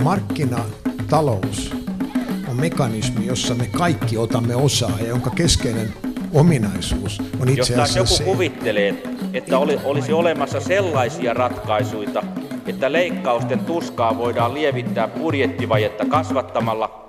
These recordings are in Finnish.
Markkinatalous on mekanismi, jossa me kaikki otamme osaa ja jonka keskeinen ominaisuus on itse asiassa jos joku kuvittelee, että olisi olemassa sellaisia ratkaisuja, että leikkausten tuskaa voidaan lievittää budjettivajetta kasvattamalla,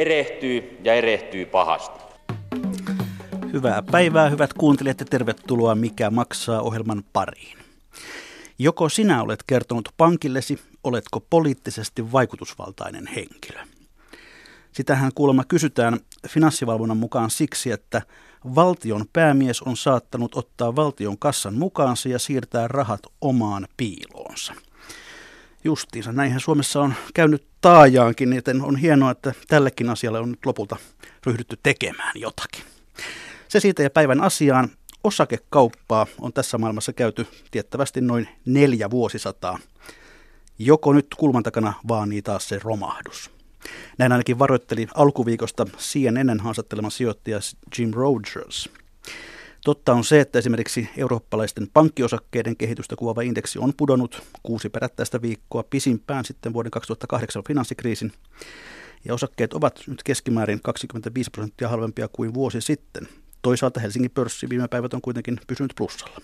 erehtyy pahasti. Hyvää päivää, hyvät kuuntelijat, ja tervetuloa Mikä maksaa -ohjelman pariin. Joko sinä olet kertonut pankillesi, oletko poliittisesti vaikutusvaltainen henkilö? Sitähän kuulemma kysytään Finanssivalvonnan mukaan siksi, että valtion päämies on saattanut ottaa valtion kassan mukaansa ja siirtää rahat omaan piiloonsa. Justiinsa, näinhän Suomessa on käynyt taajaankin, joten on hienoa, että tällekin asialle on nyt lopulta ryhdytty tekemään jotakin. Se siitä ja päivän asiaan. Osakekauppaa on tässä maailmassa käyty tiettävästi noin 4 vuosisataa. Joko nyt kulman takana vaanii taas se romahdus. Näin ainakin varoitteli alkuviikosta CNN:n haastattelema sijoittaja Jim Rogers. Totta on se, että esimerkiksi eurooppalaisten pankkiosakkeiden kehitystä kuvaava indeksi on pudonnut 6 perättäistä viikkoa pisimpään sitten vuoden 2008 finanssikriisin. Ja osakkeet ovat nyt keskimäärin 25% halvempia kuin vuosi sitten. Toisaalta Helsingin pörssi viime päivät on kuitenkin pysynyt plussalla.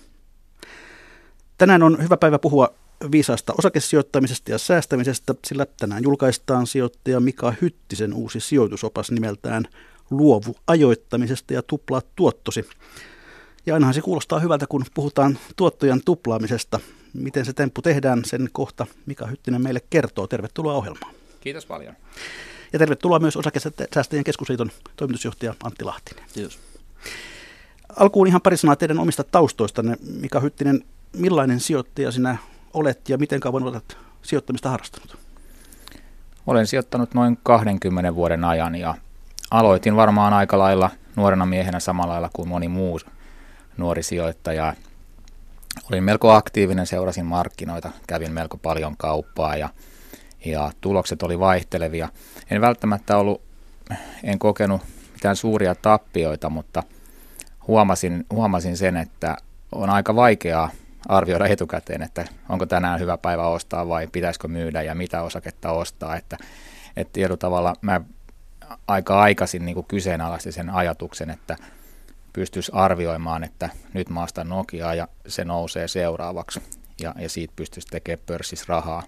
Tänään on hyvä päivä puhua viisaasta osakesijoittamisesta ja säästämisestä, sillä tänään julkaistaan sijoittaja Mika Hyttisen uusi sijoitusopas nimeltään Luovu ajoittamisesta ja tuplaa tuottosi. Ja ainahan se kuulostaa hyvältä, kun puhutaan tuottojen tuplaamisesta. Miten se temppu tehdään, sen kohta Mika Hyttinen meille kertoo. Tervetuloa ohjelmaan. Kiitos paljon. Ja tervetuloa myös Osakesäästäjien keskusliiton toimitusjohtaja Antti Lahtinen. Kiitos. Alkuun ihan pari sanaa teidän omista taustoistanne. Mika Hyttinen, millainen sijoittaja sinä olet ja miten kauan olet sijoittamista harrastanut? Olen sijoittanut noin 20 vuoden ajan ja aloitin varmaan aika lailla nuorena miehenä samalla lailla kuin moni muu nuori sijoittaja. Olin melko aktiivinen, seurasin markkinoita, kävin melko paljon kauppaa ja tulokset oli vaihtelevia. En välttämättä en kokenut mitään suuria tappioita, mutta huomasin sen, että on aika vaikeaa arvioida etukäteen, että onko tänään hyvä päivä ostaa vai pitäisikö myydä ja mitä osaketta ostaa. Että tietyllä tavalla mä aika aikaisin niin kuin kyseenalaistin sen ajatuksen, että pystyisi arvioimaan, että nyt mä ostan Nokiaa ja se nousee seuraavaksi ja siitä pystyisi tekemään pörssissä rahaa.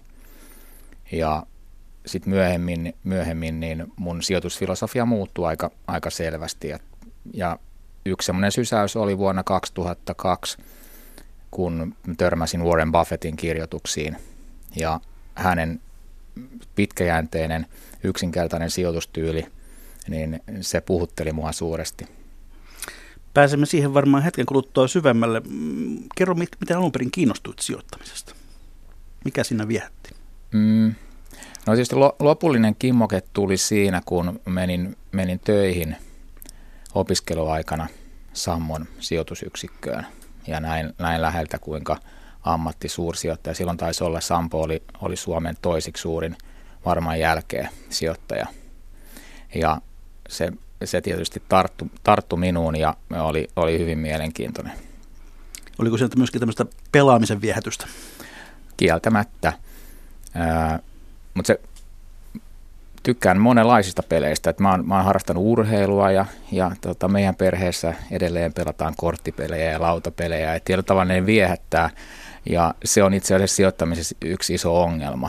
Ja sitten myöhemmin niin mun sijoitusfilosofia muuttui aika selvästi ja yksi semmoinen sysäys oli vuonna 2002, kun törmäsin Warren Buffettin kirjoituksiin ja hänen pitkäjänteinen, yksinkertainen sijoitustyyli, niin se puhutteli mua suuresti. Pääsemme siihen varmaan hetken kuluttua syvemmälle. Kerro, miten alun perin kiinnostuit sijoittamisesta? Mikä siinä viehätti? No tietysti lopullinen kimmoke tuli siinä, kun menin töihin opiskeluaikana Sammon sijoitusyksikköön ja näin läheltä, kuinka ammattisuursijoittaja. Silloin taisi olla Sampo oli Suomen toisiksi suurin varmaan jälkeen sijoittaja. Ja se tietysti tarttu minuun ja oli hyvin mielenkiintoinen. Oliko sieltä myöskin tämmöistä pelaamisen viehätystä? Kieltämättä. Mutta se tykkään monenlaisista peleistä. Et mä oon harrastanut urheilua ja meidän perheessä edelleen pelataan korttipelejä ja lautapelejä. Et tietyllä tavalla ne viehättää ja se on itse asiassa sijoittamisessa yksi iso ongelma.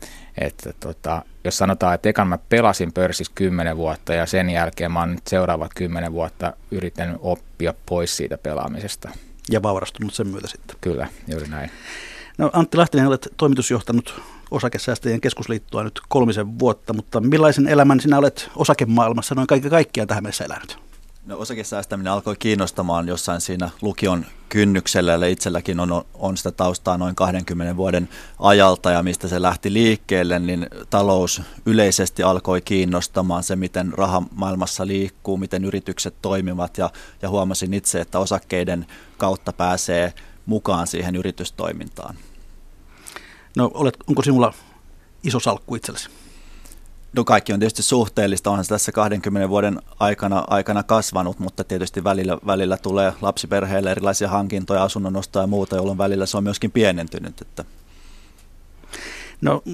Jos sanotaan, että ekan mä pelasin pörssissä 10 vuotta ja sen jälkeen mä oon nyt seuraavat 10 vuotta yrittänyt oppia pois siitä pelaamisesta. Ja vaurastunut sen myötä sitten. Kyllä, juuri näin. No, Antti Lahtinen, olet toimitusjohtanut Osakesäästäjien keskusliittoa nyt 3 vuotta, mutta millaisen elämän sinä olet osakemaailmassa noin kaikkiaan tähän mennessä elänyt? No, osakesäästäminen alkoi kiinnostamaan jossain siinä lukion kynnyksellä, ja itselläkin on sitä taustaa noin 20 vuoden ajalta, ja mistä se lähti liikkeelle, niin talous yleisesti alkoi kiinnostamaan se, miten raha maailmassa liikkuu, miten yritykset toimivat, ja huomasin itse, että osakkeiden kautta pääsee mukaan siihen yritystoimintaan. No, onko sinulla iso salkku itsellesi? No, kaikki on tietysti suhteellista, onhan se tässä 20 vuoden aikana kasvanut, mutta tietysti välillä tulee lapsiperheille erilaisia hankintoja, asunnon ostoa ja muuta, jolloin välillä se on myöskin pienentynyt. No,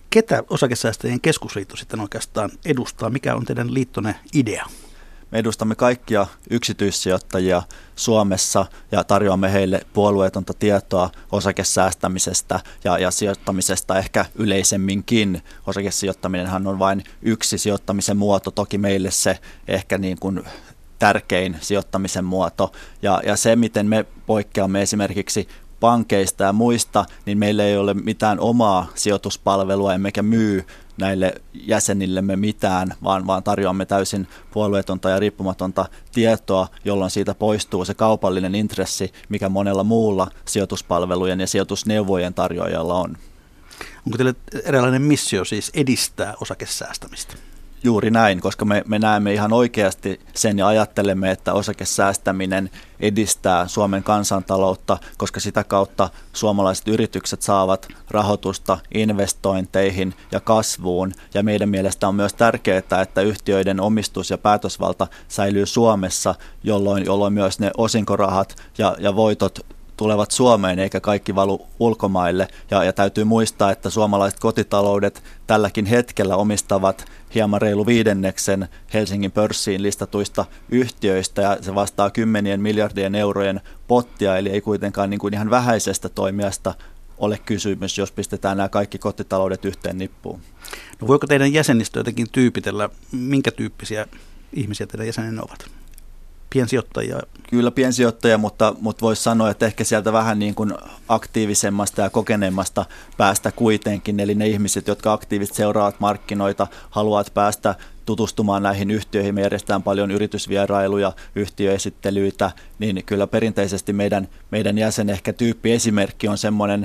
Ketä Osakesäästäjien keskusliitto sitten oikeastaan edustaa? Mikä on teidän liittonne idea? Me edustamme kaikkia yksityissijoittajia Suomessa ja tarjoamme heille puolueetonta tietoa osakesäästämisestä ja sijoittamisesta ehkä yleisemminkin. Osakesijoittaminenhan on vain yksi sijoittamisen muoto, toki meille se ehkä niin kuin tärkein sijoittamisen muoto. Ja se, miten me poikkeamme esimerkiksi pankeista ja muista, niin meillä ei ole mitään omaa sijoituspalvelua, emmekä myy näille jäsenillemme mitään, vaan tarjoamme täysin puolueetonta ja riippumatonta tietoa, jolloin siitä poistuu se kaupallinen intressi, mikä monella muulla sijoituspalvelujen ja sijoitusneuvojen tarjoajalla on. Onko teille eräänlainen missio siis edistää osakesäästämistä? Juuri näin, koska me näemme ihan oikeasti sen ja ajattelemme, että osakesäästäminen edistää Suomen kansantaloutta, koska sitä kautta suomalaiset yritykset saavat rahoitusta investointeihin ja kasvuun. Ja meidän mielestä on myös tärkeää, että yhtiöiden omistus ja päätösvalta säilyy Suomessa, jolloin myös ne osinkorahat ja voitot tulevat Suomeen eikä kaikki valu ulkomaille. Ja täytyy muistaa, että suomalaiset kotitaloudet tälläkin hetkellä omistavat hieman reilu 1/5 Helsingin pörssiin listatuista yhtiöistä, ja se vastaa 10 miljardien eurojen pottia, eli ei kuitenkaan niin kuin ihan vähäisestä toimijasta ole kysymys, jos pistetään nämä kaikki kotitaloudet yhteen nippuun. No voiko teidän jäsenistö jotenkin tyypitellä, minkä tyyppisiä ihmisiä teidän jäsenenne ovat? Piensijoittajia? Kyllä piensijoittajia, mutta voisi sanoa, että ehkä sieltä vähän niin kuin aktiivisemmasta ja kokeneemmasta päästä kuitenkin. Eli ne ihmiset, jotka aktiivisesti seuraavat markkinoita, haluavat päästä tutustumaan näihin yhtiöihin. Me järjestetään paljon yritysvierailuja, yhtiöesittelyitä, niin kyllä perinteisesti meidän jäsen ehkä tyyppiesimerkki on semmoinen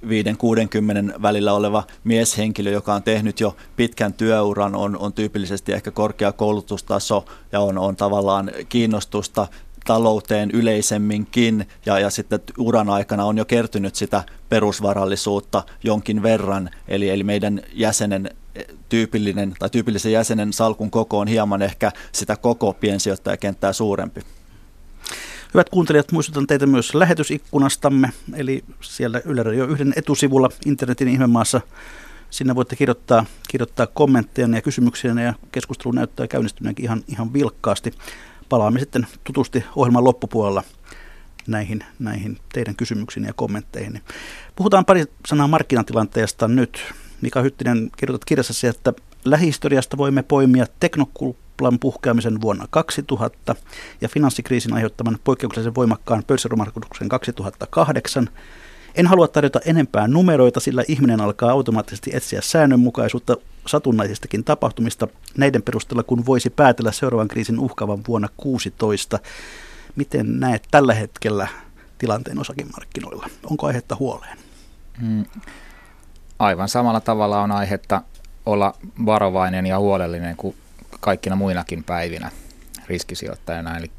5-60 välillä oleva mieshenkilö, joka on tehnyt jo pitkän työuran, on tyypillisesti ehkä korkea koulutustaso ja on tavallaan kiinnostusta talouteen yleisemminkin ja sitten uran aikana on jo kertynyt sitä perusvarallisuutta jonkin verran, eli meidän jäsenen tyypillisen jäsenen salkun koko on hieman ehkä sitä koko piensijoittajakenttää suurempi. Hyvät kuuntelijat, muistutan teitä myös lähetysikkunastamme, eli siellä Yle Radio 1 etusivulla internetin ihmemaassa. Sinne voitte kirjoittaa kommentteja ja kysymyksiä, ja keskustelu näyttää käynnistyneenkin ihan vilkkaasti. Palaamme sitten tutusti ohjelman loppupuolella näihin teidän kysymyksiin ja kommentteihin. Puhutaan pari sanaa markkinatilanteesta nyt. Mika Hyttinen, kirjoitat kirjassasi, että lähihistoriasta voimme poimia teknokuplan puhkeamisen vuonna 2000 ja finanssikriisin aiheuttaman poikkeuksellisen voimakkaan pörssiromahduksen 2008. En halua tarjota enempää numeroita, sillä ihminen alkaa automaattisesti etsiä säännönmukaisuutta satunnaisistakin tapahtumista näiden perusteella, kun voisi päätellä seuraavan kriisin uhkaavan vuonna 2016. Miten näet tällä hetkellä tilanteen osakemarkkinoilla? Onko aihetta huoleen? Aivan samalla tavalla on aihetta olla varovainen ja huolellinen kuin kaikkina muinakin päivinä riskisijoittajana. Eli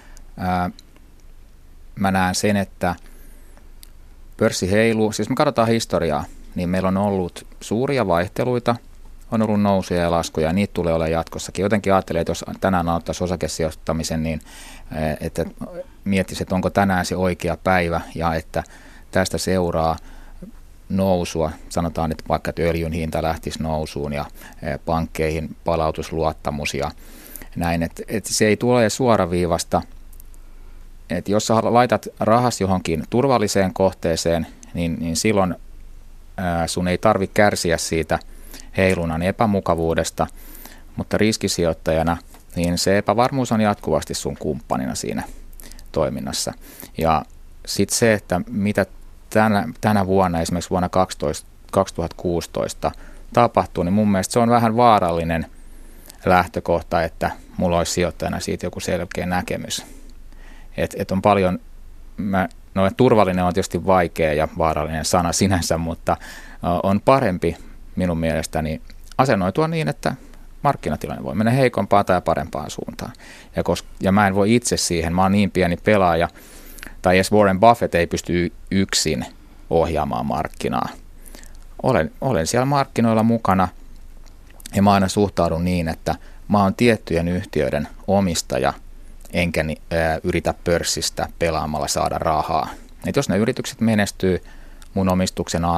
mä näen sen, että pörssi heiluu. Siis me katsotaan historiaa, niin meillä on ollut suuria vaihteluita, on ollut nousuja ja laskuja, ja niitä tulee olla jatkossakin. Jotenkin ajattelen, että jos tänään aloittaisi osakesijoittamisen, niin että miettisi, että onko tänään se oikea päivä, ja että tästä seuraa nousua. Sanotaan, että vaikka öljyn hinta lähtisi nousuun ja pankkeihin palautusluottamus ja näin, että se ei tule suoraviivasta. Että jos sä laitat rahas johonkin turvalliseen kohteeseen, niin silloin sun ei tarvitse kärsiä siitä heilunnan epämukavuudesta, mutta riskisijoittajana niin se epävarmuus on jatkuvasti sun kumppanina siinä toiminnassa. Ja sitten se, että mitä tänä vuonna, esimerkiksi vuonna 2016 tapahtuu, niin mun mielestä se on vähän vaarallinen lähtökohta, että mulla olisi sijoittajana siitä joku selkeä näkemys. Et on paljon, turvallinen on tietysti vaikea ja vaarallinen sana sinänsä, mutta on parempi minun mielestäni asennoitua niin, että markkinatilanne voi mennä heikompaan tai parempaan suuntaan. Ja mä en voi itse siihen, mä oon niin pieni pelaaja, tai edes Warren Buffett ei pysty yksin ohjaamaan markkinaa. Olen siellä markkinoilla mukana ja mä aina suhtaudun niin, että mä oon tiettyjen yhtiöiden omistaja, enkä yritä pörssistä pelaamalla saada rahaa. Et jos ne yritykset menestyy, mun omistuksen arvot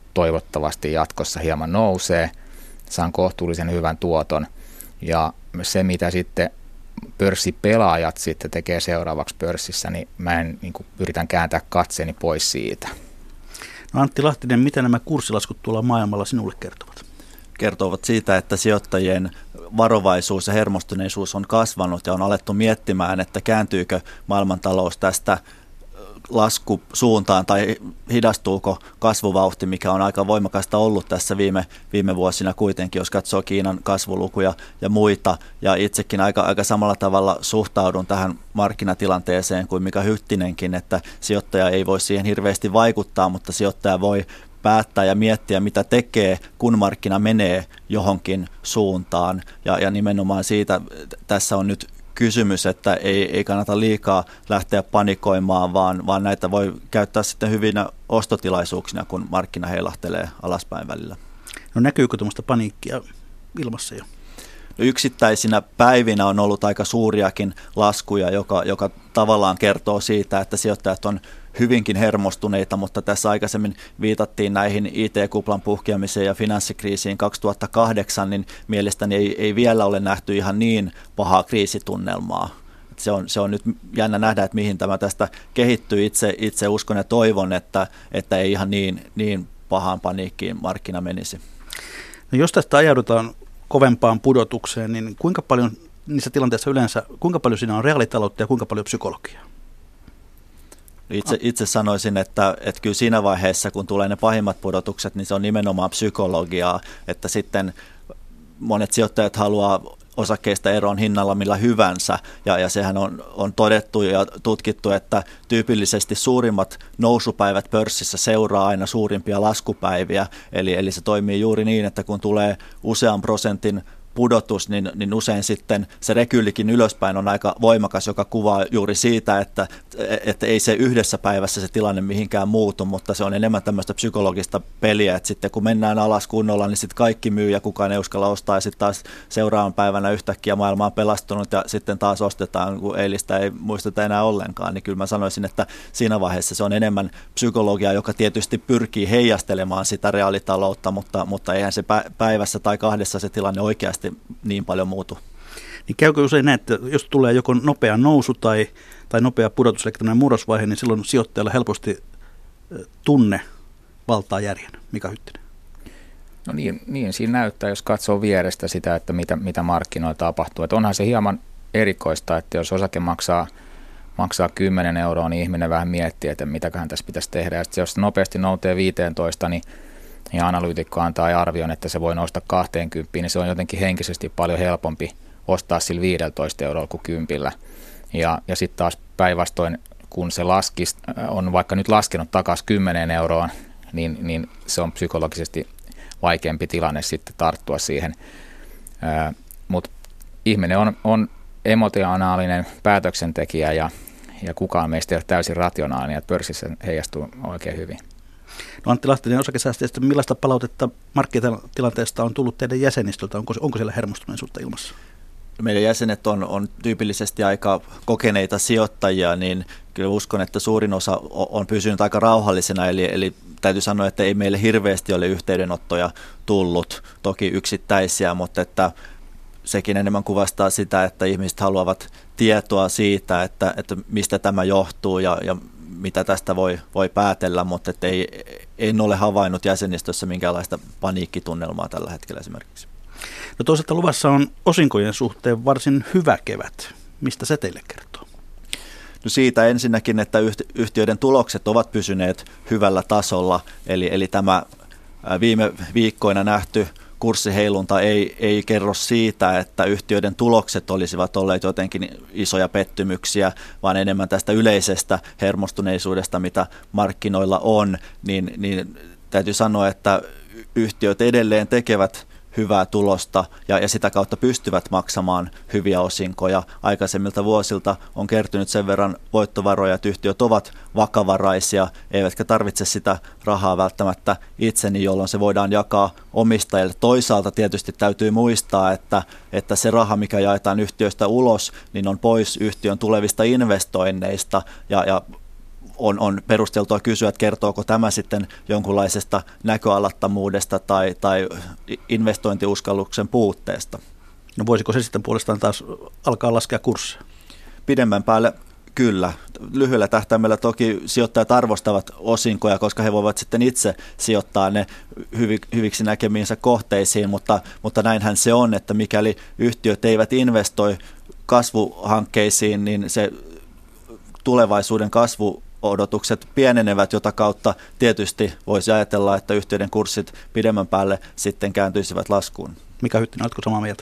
toivottavasti jatkossa hieman nousee, saan kohtuullisen hyvän tuoton. Ja se, mitä sitten pörssipelaajat sitten tekee seuraavaksi pörssissä, niin mä yritän kääntää katseeni pois siitä. No Antti Lahtinen, mitä nämä kurssilaskut tuolla maailmalla sinulle kertovat? Kertovat siitä, että sijoittajien varovaisuus ja hermostuneisuus on kasvanut ja on alettu miettimään, että kääntyykö maailmantalous tästä laskusuuntaan tai hidastuuko kasvuvauhti, mikä on aika voimakasta ollut tässä viime vuosina kuitenkin, jos katsoo Kiinan kasvulukuja ja muita. Ja itsekin aika samalla tavalla suhtaudun tähän markkinatilanteeseen kuin Mika Hyttinenkin, että sijoittaja ei voi siihen hirveästi vaikuttaa, mutta sijoittaja voi päättää ja miettiä, mitä tekee, kun markkina menee johonkin suuntaan. Ja nimenomaan siitä tässä on nyt kysymys, että ei kannata liikaa lähteä panikoimaan, vaan näitä voi käyttää sitten hyvinä ostotilaisuuksina, kun markkina heilahtelee alaspäin välillä. No näkyykö tuommoista paniikkia ilmassa jo? No yksittäisinä päivinä on ollut aika suuriakin laskuja, joka tavallaan kertoo siitä, että sijoittajat on hyvinkin hermostuneita, mutta tässä aikaisemmin viitattiin näihin IT-kuplan puhkeamiseen ja finanssikriisiin 2008, niin mielestäni ei vielä ole nähty ihan niin pahaa kriisitunnelmaa. Se on nyt jännä nähdä, että mihin tämä tästä kehittyy. Itse uskon ja toivon, että ei ihan niin pahaan paniikkiin markkina menisi. No jos tästä ajaudutaan kovempaan pudotukseen, niin kuinka paljon niissä tilanteissa yleensä, kuinka paljon siinä on reaalitaloutta ja kuinka paljon psykologiaa? Itse sanoisin, että kyllä siinä vaiheessa, kun tulee ne pahimmat pudotukset, niin se on nimenomaan psykologiaa, että sitten monet sijoittajat haluaa osakkeista eroon hinnalla millä hyvänsä, ja sehän on todettu ja tutkittu, että tyypillisesti suurimmat nousupäivät pörssissä seuraa aina suurimpia laskupäiviä, eli se toimii juuri niin, että kun tulee usean prosentin pudotus, niin usein sitten se rekyylikin ylöspäin on aika voimakas, joka kuvaa juuri siitä, että ei se yhdessä päivässä se tilanne mihinkään muutu, mutta se on enemmän tämmöistä psykologista peliä, että sitten kun mennään alas kunnolla, niin sitten kaikki myy ja kukaan ei uskalla ostaa, ja sitten taas seuraavan päivänä yhtäkkiä maailma on pelastunut ja sitten taas ostetaan, kun eilistä ei muisteta enää ollenkaan, niin kyllä mä sanoisin, että siinä vaiheessa se on enemmän psykologia, joka tietysti pyrkii heijastelemaan sitä reaalitaloutta, mutta eihän se päivässä tai kahdessa se tilanne oikeasti niin paljon muutu. Niin käykö usein näin, että jos tulee joko nopea nousu tai nopea pudotus, eli tämmöinen murrosvaihe, niin silloin sijoittajalla helposti tunne valtaa järjen? Mika Hyttinen. No niin siinä näyttää, jos katsoo vierestä sitä, että mitä markkinoilla tapahtuu. Että onhan se hieman erikoista, että jos osake maksaa 10 euroa, niin ihminen vähän miettii, että mitäköhän tässä pitäisi tehdä. Ja jos se nopeasti nousee 15, niin analyytikko antaa arvion, että se voi nousta 20, niin se on jotenkin henkisesti paljon helpompi ostaa sillä 15 eurolla kuin 10. Ja sitten taas päinvastoin, kun se on vaikka nyt laskenut takaisin 10 euroon, niin se on psykologisesti vaikeampi tilanne sitten tarttua siihen. Mutta ihminen on emotionaalinen päätöksentekijä ja kukaan meistä ei ole täysin rationaalinen, että pörssissä heijastuu oikein hyvin. No Antti Lahtinen, osakesäästäjistä, millaista palautetta markkinatilanteesta on tullut teidän jäsenistöltä? Onko siellä hermostuneisuutta ilmassa? Meidän jäsenet on tyypillisesti aika kokeneita sijoittajia, niin kyllä uskon, että suurin osa on pysynyt aika rauhallisena, eli täytyy sanoa, että ei meille hirveästi ole yhteydenottoja tullut, toki yksittäisiä, mutta että sekin enemmän kuvastaa sitä, että ihmiset haluavat tietoa siitä, että mistä tämä johtuu ja mitä tästä voi päätellä, mutta en ole havainnut jäsenistössä minkäänlaista paniikkitunnelmaa tällä hetkellä esimerkiksi. No toisaalta luvassa on osinkojen suhteen varsin hyvä kevät. Mistä se teille kertoo? No siitä ensinnäkin, että yhtiöiden tulokset ovat pysyneet hyvällä tasolla, eli tämä viime viikkoina nähty kurssiheilunta ei kerro siitä, että yhtiöiden tulokset olisivat olleet jotenkin isoja pettymyksiä, vaan enemmän tästä yleisestä hermostuneisuudesta, mitä markkinoilla on, niin täytyy sanoa, että yhtiöt edelleen tekevät hyvää tulosta ja sitä kautta pystyvät maksamaan hyviä osinkoja. Aikaisemmilta vuosilta on kertynyt sen verran voittovaroja, että yhtiöt ovat vakavaraisia, eivätkä tarvitse sitä rahaa välttämättä itseni, jolloin se voidaan jakaa omistajille. Toisaalta tietysti täytyy muistaa, että se raha, mikä jaetaan yhtiöistä ulos, niin on pois yhtiön tulevista investoinneista ja on perusteltua kysyä, että kertooko tämä sitten jonkunlaisesta näköalattomuudesta tai investointiuskalluksen puutteesta. No voisiko se sitten puolestaan taas alkaa laskea kurssia? Pidemmän päälle kyllä. Lyhyellä tähtäimellä toki sijoittajat arvostavat osinkoja, koska he voivat sitten itse sijoittaa ne hyviksi näkemiinsä kohteisiin, mutta näinhän se on, että mikäli yhtiöt eivät investoi kasvuhankkeisiin, niin se tulevaisuuden kasvuodotukset pienenevät, jota kautta tietysti voisi ajatella, että yhtiöiden kurssit pidemmän päälle sitten kääntyisivät laskuun. Mika Hyttinen, oletko samaa mieltä?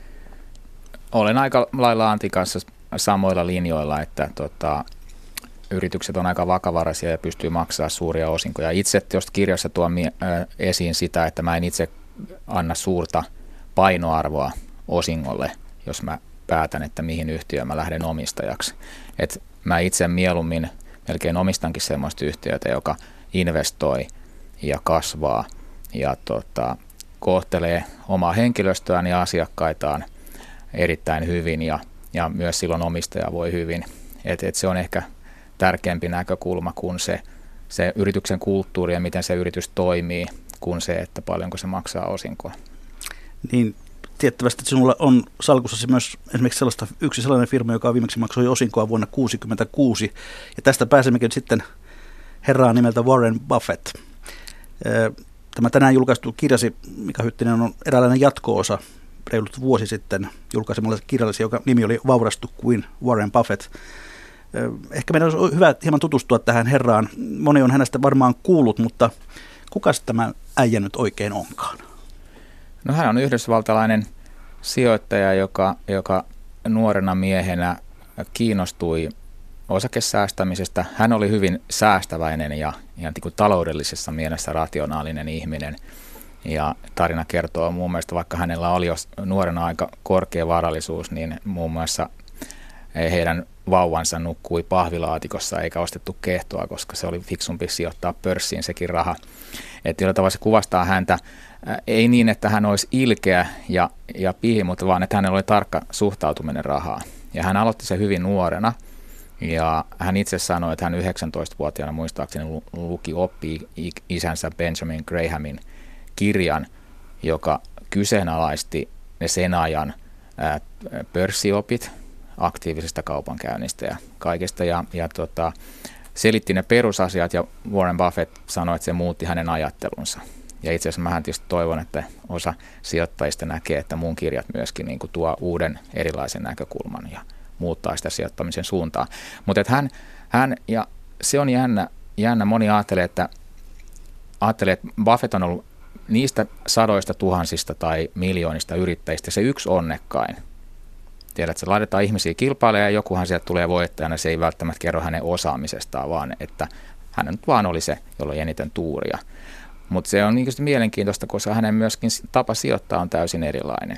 Olen aika lailla Antin kanssa samoilla linjoilla, että yritykset on aika vakavaraisia ja pystyy maksamaan suuria osinkoja. Itse tuosta kirjassa tuon esiin sitä, että mä en itse anna suurta painoarvoa osingolle, jos mä päätän, että mihin yhtiöön mä lähden omistajaksi. Et mä itse mieluummin melkein omistankin sellaista yhtiötä, joka investoi ja kasvaa ja kohtelee omaa henkilöstöään ja asiakkaitaan erittäin hyvin ja myös silloin omistaja voi hyvin. Et se on ehkä tärkeämpi näkökulma kuin se yrityksen kulttuuri ja miten se yritys toimii, kuin se, että paljonko se maksaa osinkoa. Niin, tiettävästi että sinulla on salkussasi myös esimerkiksi yksi sellainen firma, joka viimeksi maksoi osinkoa vuonna 1966. Ja tästä pääsemmekin sitten herraan nimeltä Warren Buffett. Tämä tänään julkaistu kirjasi, Mika Hyttinen, on eräänlainen jatko-osa reilut vuosi sitten julkaisemalle kirjallisi, joka nimi oli Vaurastu kuin Warren Buffett. Ehkä meidän olisi hyvä hieman tutustua tähän herraan. Moni on hänestä varmaan kuullut, mutta kukas tämä äijä nyt oikein onkaan? No hän on yhdysvaltalainen sijoittaja, joka nuorena miehenä kiinnostui osakesäästämisestä. Hän oli hyvin säästäväinen ja niin kuin taloudellisessa mielessä rationaalinen ihminen. Ja tarina kertoo muun muassa, vaikka hänellä oli jo nuorena aika korkea varallisuus, niin muun muassa heidän vauvansa nukkui pahvilaatikossa eikä ostettu kehtoa, koska se oli fiksumpi sijoittaa pörssiin sekin raha. Että jolla tavalla se kuvastaa häntä, ei niin, että hän olisi ilkeä ja pihi, mutta vaan, että hänellä oli tarkka suhtautuminen rahaan. Ja hän aloitti se hyvin nuorena. Ja hän itse sanoi, että hän 19-vuotiaana muistaakseni oppi isänsä Benjamin Grahamin kirjan, joka kyseenalaisti ne sen ajan pörssiopit aktiivisesta kaupankäynnistä ja kaikesta. Ja selitti ne perusasiat ja Warren Buffett sanoi, että se muutti hänen ajattelunsa. Ja itse asiassa mähän tietysti toivon, että osa sijoittajista näkee, että mun kirjat myöskin niin kuin tuo uuden erilaisen näkökulman ja muuttaa sitä sijoittamisen suuntaa. Mutta hän, ja se on jännä, moni ajattelee, että Buffett on ollut niistä sadoista tuhansista tai miljoonista yrittäjistä se yksi onnekkain. Tiedät, että se laitetaan ihmisiä kilpailemaan ja jokuhan sieltä tulee voittajana, se ei välttämättä kerro hänen osaamisestaan, vaan että hän nyt vaan oli se, jolla oli eniten tuuria. Mutta se on niin mielenkiintoista, koska hänen myöskin tapa sijoittaa on täysin erilainen.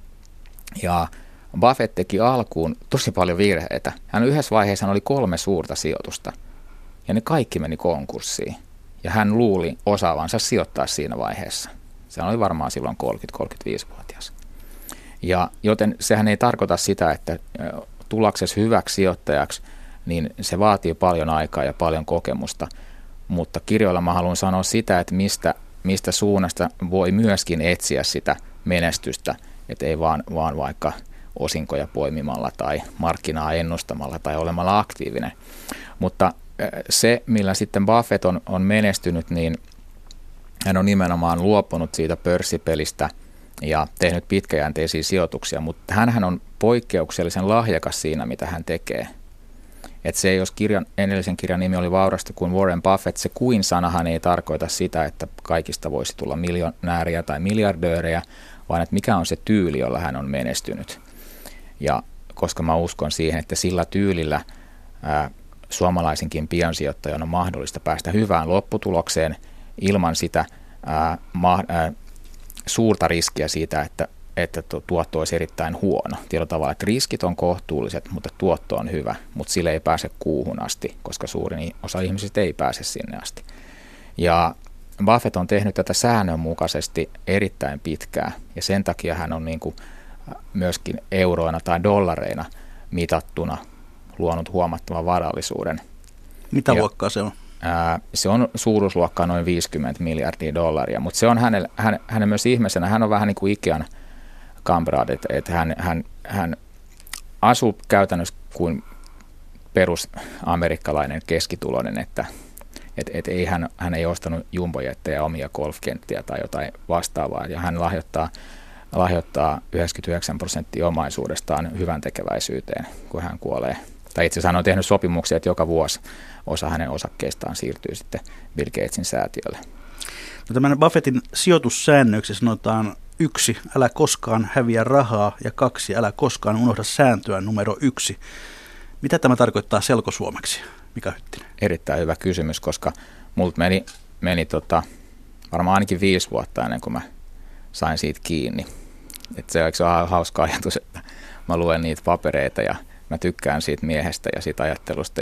Ja Buffett teki alkuun tosi paljon virheitä. Hän yhdessä vaiheessa oli 3 suurta sijoitusta ja ne kaikki meni konkurssiin. Ja hän luuli osaavansa sijoittaa siinä vaiheessa. Se oli varmaan silloin 30-35-vuotias. Ja joten sehän ei tarkoita sitä, että tullaksesi hyväksi sijoittajaksi, niin se vaatii paljon aikaa ja paljon kokemusta. Mutta kirjoilla mä haluan sanoa sitä, että mistä suunnasta voi myöskin etsiä sitä menestystä, että ei vaan vaikka osinkoja poimimalla tai markkinaa ennustamalla tai olemalla aktiivinen. Mutta se, millä sitten Buffett on menestynyt, niin hän on nimenomaan luopunut siitä pörssipelistä ja tehnyt pitkäjänteisiä sijoituksia, mutta hänhän on poikkeuksellisen lahjakas siinä, mitä hän tekee. Että se, jos edellisen kirjan nimi oli Vaurastu kuin Warren Buffett, se kuin-sanahan ei tarkoita sitä, että kaikista voisi tulla miljonääriä tai miljardöörejä, vaan että mikä on se tyyli, jolla hän on menestynyt. Ja koska mä uskon siihen, että sillä tyylillä suomalaisenkin piensijoittajan on mahdollista päästä hyvään lopputulokseen ilman sitä suurta riskiä siitä, että tuotto olisi erittäin huono. Tietyllä tavalla, että riskit on kohtuulliset, mutta tuotto on hyvä, mutta sille ei pääse kuuhun asti, koska suurin osa ihmisistä ei pääse sinne asti. Ja Buffett on tehnyt tätä säännönmukaisesti erittäin pitkään, ja sen takia hän on niin kuin myöskin euroina tai dollareina mitattuna luonut huomattavan varallisuuden. Mitä luokkaa se on? Se on suuruusluokkaa noin 50 miljardia dollaria, mutta se on hänen myös ihmisenä, hän on vähän niin kuin Ikean kamraad, että hän asuu käytännössä kuin perusamerikkalainen keskituloinen, että ei hän ei ostanut jumbojetteja, omia golfkenttiä tai jotain vastaavaa, ja hän lahjoittaa 99% omaisuudestaan hyvän tekeväisyyteen, kun hän kuolee. Tai itse asiassa hän on tehnyt sopimuksia, että joka vuosi osa hänen osakkeistaan siirtyy sitten Bill Gatesin säätiölle. No, tämän Buffettin sijoitussäännöksi sanotaan 1, älä koskaan häviä rahaa, ja 2, älä koskaan unohda sääntöä numero 1. Mitä tämä tarkoittaa selkosuomeksi, Mika Hyttinen? Erittäin hyvä kysymys, koska multa meni varmaan ainakin 5 vuotta ennen kuin mä sain siitä kiinni. Se on hauska ajatus, että mä luen niitä papereita ja mä tykkään siitä miehestä ja siitä ajattelusta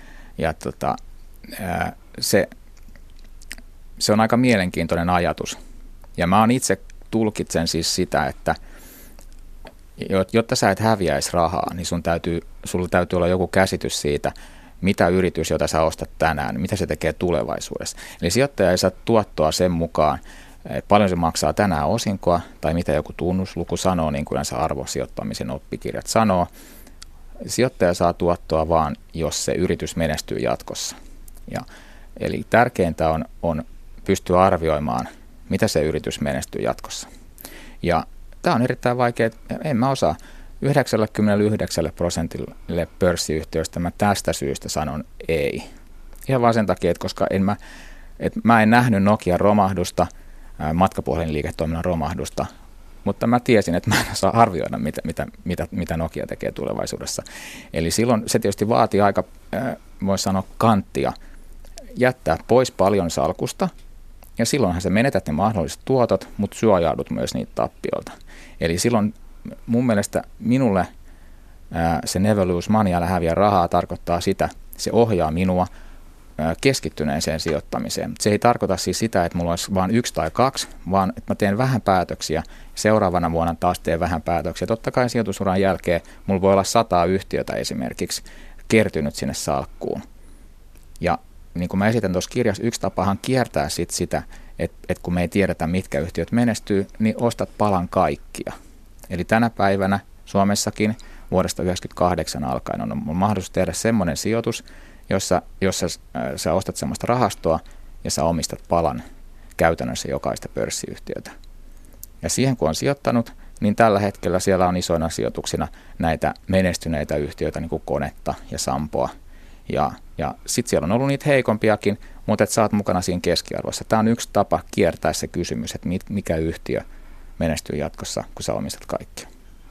se on aika mielenkiintoinen ajatus. Ja mä itse siis sitä, että jotta sä et häviäisi rahaa, niin sulla täytyy olla joku käsitys siitä, mitä yritys, jota sä ostat tänään, mitä se tekee tulevaisuudessa. Eli sijoittaja ei saa tuottoa sen mukaan, että paljon se maksaa tänään osinkoa, tai mitä joku tunnusluku sanoo, niin kuin se arvosijoittamisen oppikirjat sanoo. Sijoittaja saa tuottoa vaan, jos se yritys menestyy jatkossa. Eli tärkeintä on pystyä arvioimaan, mitä se yritys menestyy jatkossa. Ja tämä on erittäin vaikea, en mä osaa. 99% pörssiyhtiöistä mä tästä syystä sanon ei. Ihan vaan sen takia, että koska mä en nähnyt Nokian romahdusta, matkapuhelinliiketoiminnan romahdusta, mutta mä tiesin, että mä en osaa arvioida, mitä Nokia tekee tulevaisuudessa. Eli silloin se tietysti vaatii aika, voisi sanoa, kanttia, jättää pois paljon salkusta, ja silloinhan sä menetät ne mahdolliset tuotot, mutta suojaudut myös niitä tappioilta. Eli silloin mun mielestä minulle se never lose money, älä häviä rahaa, tarkoittaa sitä, se ohjaa minua keskittyneeseen sijoittamiseen. Se ei tarkoita siis sitä, että mulla olisi vain 1 tai 2, vaan että mä teen vähän päätöksiä, seuraavana vuonna taas teen vähän päätöksiä. Totta kai sijoitusuran jälkeen mulla voi olla 100 yhtiötä esimerkiksi kertynyt sinne salkkuun. Ja niin kuin mä esitän tuossa kirjassa, yksi tapahan kiertää sitä, että kun me ei tiedetä, mitkä yhtiöt menestyy, niin ostat palan kaikkia. Eli tänä päivänä Suomessakin vuodesta 1998 alkaen on mahdollisuus tehdä semmoinen sijoitus, jossa sä ostat semmoista rahastoa ja sä omistat palan käytännössä jokaista pörssiyhtiötä. Ja siihen kun on sijoittanut, niin tällä hetkellä siellä on isoina sijoituksina näitä menestyneitä yhtiöitä, niin kuin Konetta ja Sampoa. Ja sitten siellä on ollut niitä heikompiakin, mutta sä oot mukana siinä keskiarvossa. Tämä on yksi tapa kiertää se kysymys, että mikä yhtiö menestyy jatkossa, kun sä omistat kaikkia.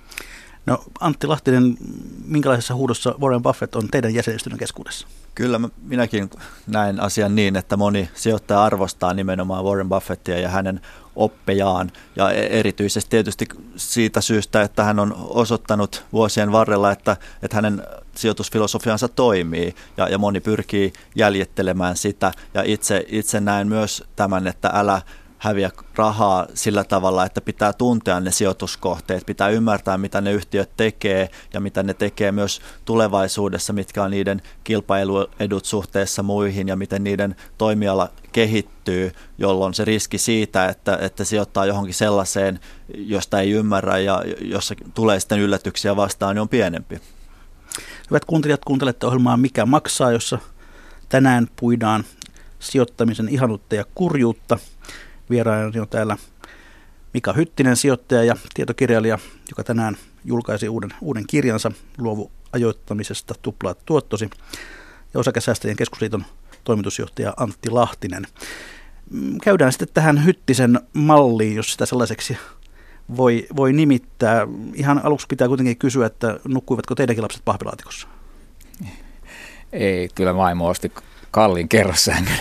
No, Antti Lahtinen, minkälaisessa huudossa Warren Buffett on teidän jäsenistönne keskuudessa? Kyllä minäkin näen asian niin, että moni sijoittaja arvostaa nimenomaan Warren Buffettia ja hänen oppejaan. Ja erityisesti tietysti siitä syystä, että hän on osoittanut vuosien varrella, että hänen sijoitusfilosofiansa toimii ja moni pyrkii jäljittelemään sitä. Ja itse näen myös tämän, että älä häviä rahaa sillä tavalla, että pitää tuntea ne sijoituskohteet, pitää ymmärtää, mitä ne yhtiöt tekee ja mitä ne tekee myös tulevaisuudessa, mitkä on niiden kilpailuedut suhteessa muihin ja miten niiden toimiala kehittyy, jolloin se riski siitä, että sijoittaa johonkin sellaiseen, josta ei ymmärrä ja jossa tulee sitten yllätyksiä vastaan, niin on pienempi. Hyvät kuuntelijat, kuuntelette ohjelmaa Mikä maksaa, jossa tänään puidaan sijoittamisen ihanuutta ja kurjuutta. Vieraani on täällä Mika Hyttinen, sijoittaja ja tietokirjailija, joka tänään julkaisi uuden kirjansa Luovu ajoittamisesta, tuplaa tuottosi, ja Osakesäästäjien keskusliiton toimitusjohtaja Antti Lahtinen. Käydään sitten tähän Hyttisen malliin, jos sitä sellaiseksi voi nimittää. Ihan aluksi pitää kuitenkin kysyä, että nukkuivatko teidänkin lapset pahvilaatikossa? Ei, kyllä vaimo osti kalliin kerrossängyn,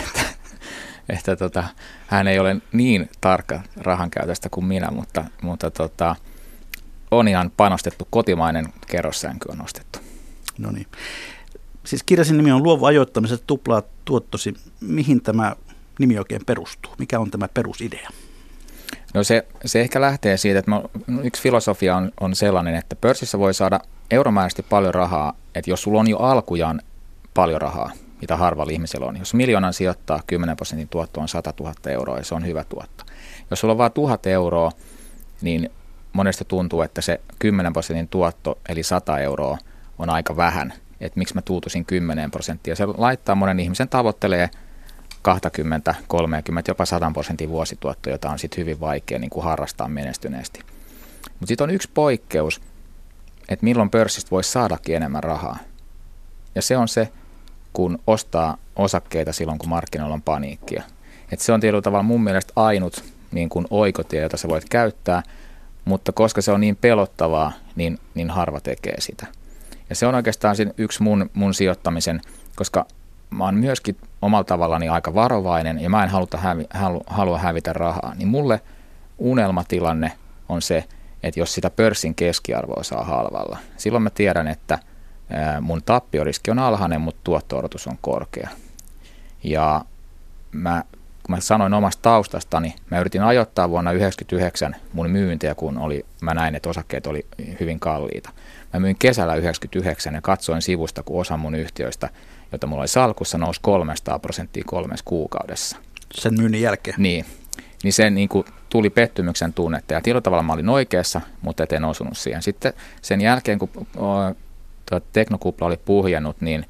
että hän ei ole niin tarkka rahankäytöstä kuin minä, mutta on ihan panostettu, kotimainen kerrossänky on ostettu. No niin. Siis kirjasin nimi on Luovu ajoittamisesta, tuplaa tuottosi. Mihin tämä nimi oikein perustuu? Mikä on tämä perusidea? No se ehkä lähtee siitä, että yksi filosofia on sellainen, että pörssissä voi saada euromääräisesti paljon rahaa, että jos sulla on jo alkujaan paljon rahaa, mitä harvalla ihmisellä on. Jos 1 miljoonan sijoittaa, 10% tuotto on 100 000 euroa ja se on hyvä tuotto. Jos sulla on vain 1 000 euroa, niin monesti tuntuu, että se 10% tuotto, eli 100 euroa, on aika vähän. Että miksi mä tuutuisin 10%. Se laittaa monen ihmisen tavoittelee 20, 30, jopa 100% vuosituotto, jota on sitten hyvin vaikea niin kuin harrastaa menestyneesti. Mutta sitten on yksi poikkeus, että milloin pörssistä voisi saadakin enemmän rahaa. Ja se on se, kun ostaa osakkeita silloin, kun markkinoilla on paniikkia. Et se on tietyllä tavalla mun mielestä ainut niin kuin oikotie, jota sä voit käyttää, mutta koska se on niin pelottavaa, niin harva tekee sitä. Ja se on oikeastaan yksi mun sijoittamisen, koska mä oon myöskin omalla tavallani aika varovainen ja mä en halua hävitä rahaa. Niin mulle unelmatilanne on se, että jos sitä pörssin keskiarvoa saa halvalla, silloin mä tiedän, että mun tappioriski on alhainen, mutta tuotto-odotus on korkea. Ja kun mä sanoin omasta taustastani, mä yritin ajoittaa vuonna 1999 mun myyntiä, kun mä näin, että osakkeet oli hyvin kalliita. Mä myin kesällä 1999 ja katsoin sivusta, kun osa mun yhtiöistä, jota mulla oli salkussa, nousi 300% 3 kuukaudessa. Sen myynnin jälkeen? Niin se niin kuin tuli pettymyksen tunnetta ja tietyllä tavalla mä olin oikeassa, mutta en osunut siihen. Sitten sen jälkeen, kun teknokupla oli puhjennut, niin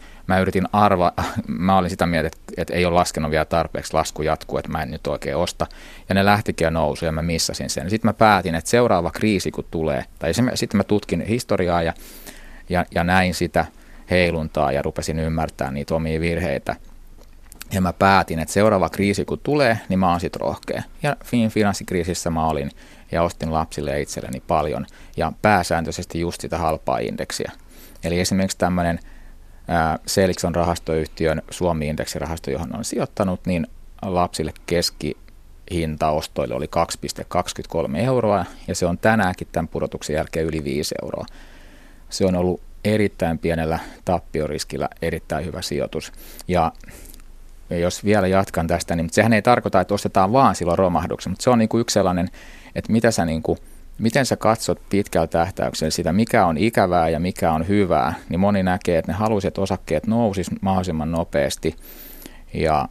mä olin sitä mieltä, että ei ole laskenut vielä tarpeeksi, lasku jatkuu, että mä en nyt oikein osta. Ja ne lähtikin jo nousu ja mä missasin sen. Sitten mä päätin, että seuraava kriisi kun tulee, tai sitten mä tutkin historiaa ja näin sitä heiluntaa ja rupesin ymmärtämään niitä omia virheitä. Ja mä päätin, että seuraava kriisi kun tulee, niin mä oon sit rohkea. Ja finanssikriisissä mä olin ja ostin lapsille ja itselleni paljon ja pääsääntöisesti just sitä halpaa indeksiä. Eli esimerkiksi tämmöinen Selikson rahastoyhtiön Suomi-indeksirahasto, johon on sijoittanut, niin lapsille keskihinta ostoille oli 2,23 euroa ja se on tänäänkin tämän pudotuksen jälkeen yli 5 euroa. Se on ollut erittäin pienellä tappioriskillä erittäin hyvä sijoitus. Ja jos vielä jatkan tästä, niin sehän ei tarkoita, että ostetaan vaan silloin romahduksen, mutta se on niin kuin yksi sellainen, että miten sä katsot pitkällä tähtäyksellä sitä, mikä on ikävää ja mikä on hyvää, niin moni näkee, että ne haluaisi, että osakkeet nousis mahdollisimman nopeasti ja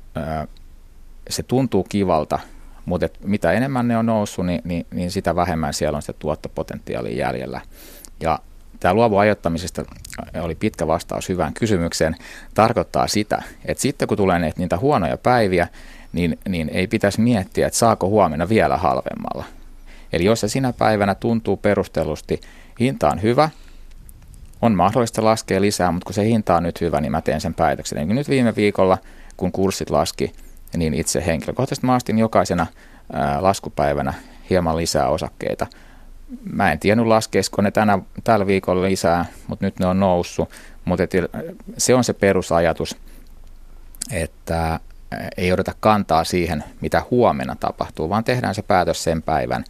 se tuntuu kivalta, mutta mitä enemmän ne on noussut, niin sitä vähemmän siellä on sitä tuottopotentiaalia jäljellä. Ja tämä luovu ajoittamisesta oli pitkä vastaus hyvään kysymykseen, tarkoittaa sitä, että sitten kun tulee niitä huonoja päiviä, niin ei pitäisi miettiä, että saako huomenna vielä halvemmalla. Eli jos se sinä päivänä tuntuu perustellusti, hinta on hyvä, on mahdollista laskea lisää, mutta kun se hinta on nyt hyvä, niin mä teen sen päätöksen. Eli nyt viime viikolla, kun kurssit laski, niin itse henkilökohtaisesti mä ostin jokaisena laskupäivänä hieman lisää osakkeita. Mä en tiennyt laskeisiko ne tällä viikolla lisää, mutta nyt ne on noussut. Mutta se on se perusajatus, että ei odota kantaa siihen, mitä huomenna tapahtuu, vaan tehdään se päätös sen päivän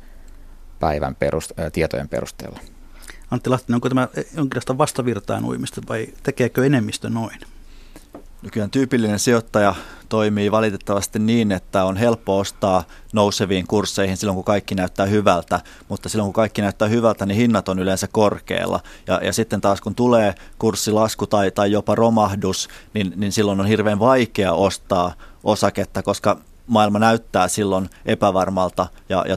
tietojen perusteella. Antti Lahtinen, onko tämä jonkinlaista vastavirtaan uimista vai tekeekö enemmistö noin? Nykyään tyypillinen sijoittaja toimii valitettavasti niin, että on helppo ostaa nouseviin kursseihin silloin, kun kaikki näyttää hyvältä, mutta silloin, kun kaikki näyttää hyvältä, niin hinnat on yleensä korkealla. Ja sitten taas, kun tulee kurssilasku tai jopa romahdus, niin silloin on hirveän vaikea ostaa osaketta, koska maailma näyttää silloin epävarmalta ja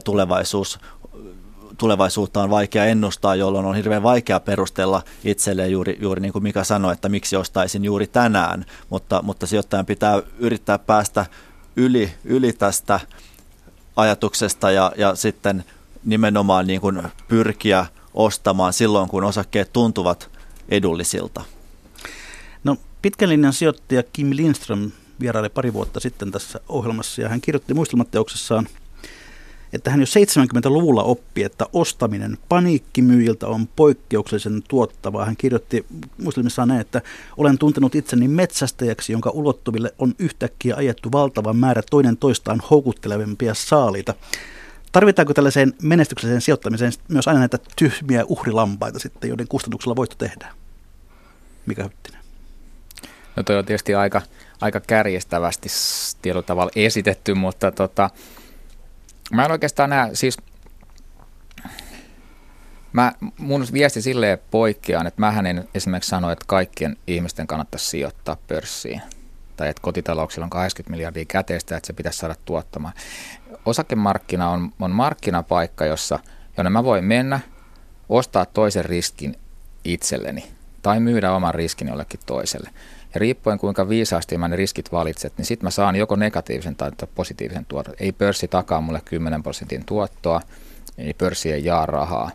tulevaisuutta on vaikea ennustaa, jolloin on hirveän vaikea perustella itselleen juuri niin kuin Mika sanoi, että miksi ostaisin juuri tänään, mutta sijoittajan pitää yrittää päästä yli tästä ajatuksesta ja sitten nimenomaan niin kuin pyrkiä ostamaan silloin, kun osakkeet tuntuvat edullisilta. No, pitkän linjan sijoittaja Kim Lindström vieraili pari vuotta sitten tässä ohjelmassa ja hän kirjoitti muistelmateoksessaan, että hän jo 70-luvulla oppi, että ostaminen paniikkimyyjiltä on poikkeuksellisen tuottavaa. Hän kirjoitti muistelmissaan näin, että olen tuntenut itseni metsästäjäksi, jonka ulottuville on yhtäkkiä ajettu valtava määrä toinen toistaan houkuttelevampia saaliita. Tarvitaanko tällaiseen menestykselliseen sijoittamiseen myös aina näitä tyhmiä uhrilampaita sitten, joiden kustannuksella voitto tehdään? Mika Hyttinen. No toi on tietysti aika kärjestävästi tietyllä tavalla esitetty, mutta mä en oikeastaan näe, siis mun viesti silleen poikkeaan, että mähän en esimerkiksi sano, että kaikkien ihmisten kannattaisi sijoittaa pörssiin. tai että kotitalouksilla on 80 miljardia käteistä, että se pitäisi saada tuottamaan. Osakemarkkina on markkinapaikka, jonne mä voin mennä, ostaa toisen riskin itselleni tai myydä oman riskin jollekin toiselle. Ja riippuen kuinka viisaasti mä ne riskit valitset, niin sitten mä saan joko negatiivisen tai positiivisen tuoton. Ei pörssi takaa mulle 10% tuottoa, ei pörssi ei jaa rahaa.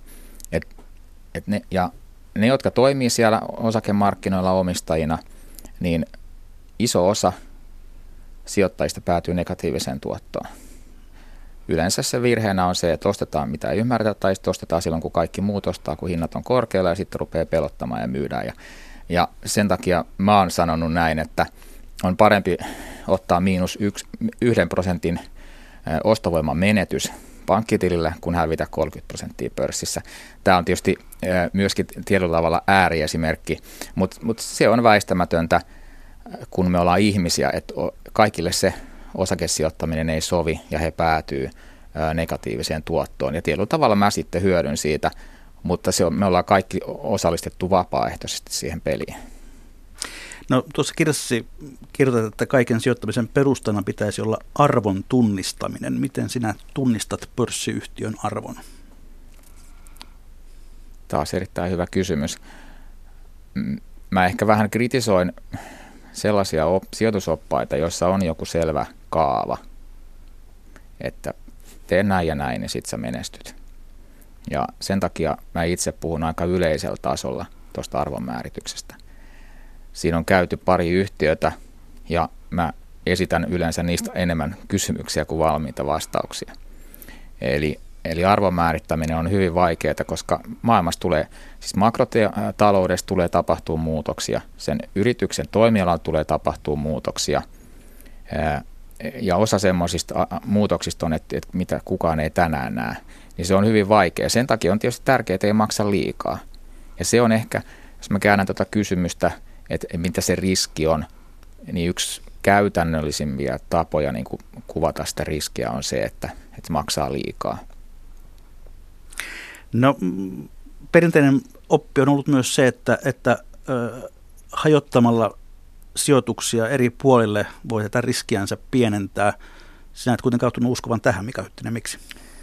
Ne, jotka toimii siellä osakemarkkinoilla omistajina, niin iso osa sijoittajista päätyy negatiiviseen tuottoon. Yleensä se virheenä on se, että ostetaan mitä ei ymmärretä, tai sitten ostetaan silloin, kun kaikki muut ostaa, kun hinnat on korkealla, ja sitten rupeaa pelottamaan ja myydään. Ja sen takia mä oon sanonut näin, että on parempi ottaa -1% ostovoiman menetys pankkitilille, kun hävitä 30% pörssissä. Tämä on tietysti myöskin tietyllä tavalla ääriesimerkki, mutta se on väistämätöntä, kun me ollaan ihmisiä, että kaikille se osakesijoittaminen ei sovi ja he päätyy negatiiviseen tuottoon. Ja tietyllä tavalla mä sitten hyödyn siitä, mutta me ollaan kaikki osallistettu vapaaehtoisesti siihen peliin. No tuossa kirjassasi kirjoitat, että kaiken sijoittamisen perustana pitäisi olla arvon tunnistaminen. Miten sinä tunnistat pörssiyhtiön arvon? Taas erittäin hyvä kysymys. Mä ehkä vähän kritisoin sellaisia sijoitusoppaita, joissa on joku selvä kaava, että tee näin ja näin, niin sit sä menestyt. Ja sen takia mä itse puhun aika yleisellä tasolla tuosta arvonmäärityksestä. Siinä on käyty pari yhtiötä ja mä esitän yleensä niistä enemmän kysymyksiä kuin valmiita vastauksia. Eli arvon määrittäminen on hyvin vaikeaa, koska maailmassa siis makrotaloudessa tulee tapahtua muutoksia, sen yrityksen toimialalla tulee tapahtua muutoksia ja osa semmoisista muutoksista on, että mitä kukaan ei tänään näe, niin se on hyvin vaikea. Sen takia on tietysti tärkeää, että ei maksa liikaa. Ja se on ehkä, jos mä käännän tuota kysymystä, että mitä se riski on, niin yksi käytännöllisimpiä tapoja niin kuin kuvata sitä riskiä on se, että maksaa liikaa. No perinteinen oppi on ollut myös se, että hajottamalla sijoituksia eri puolille voi tätä riskiänsä pienentää. Sinä et kuitenkaan joutunut uskovan tähän, Mika Hyttinen, miksi?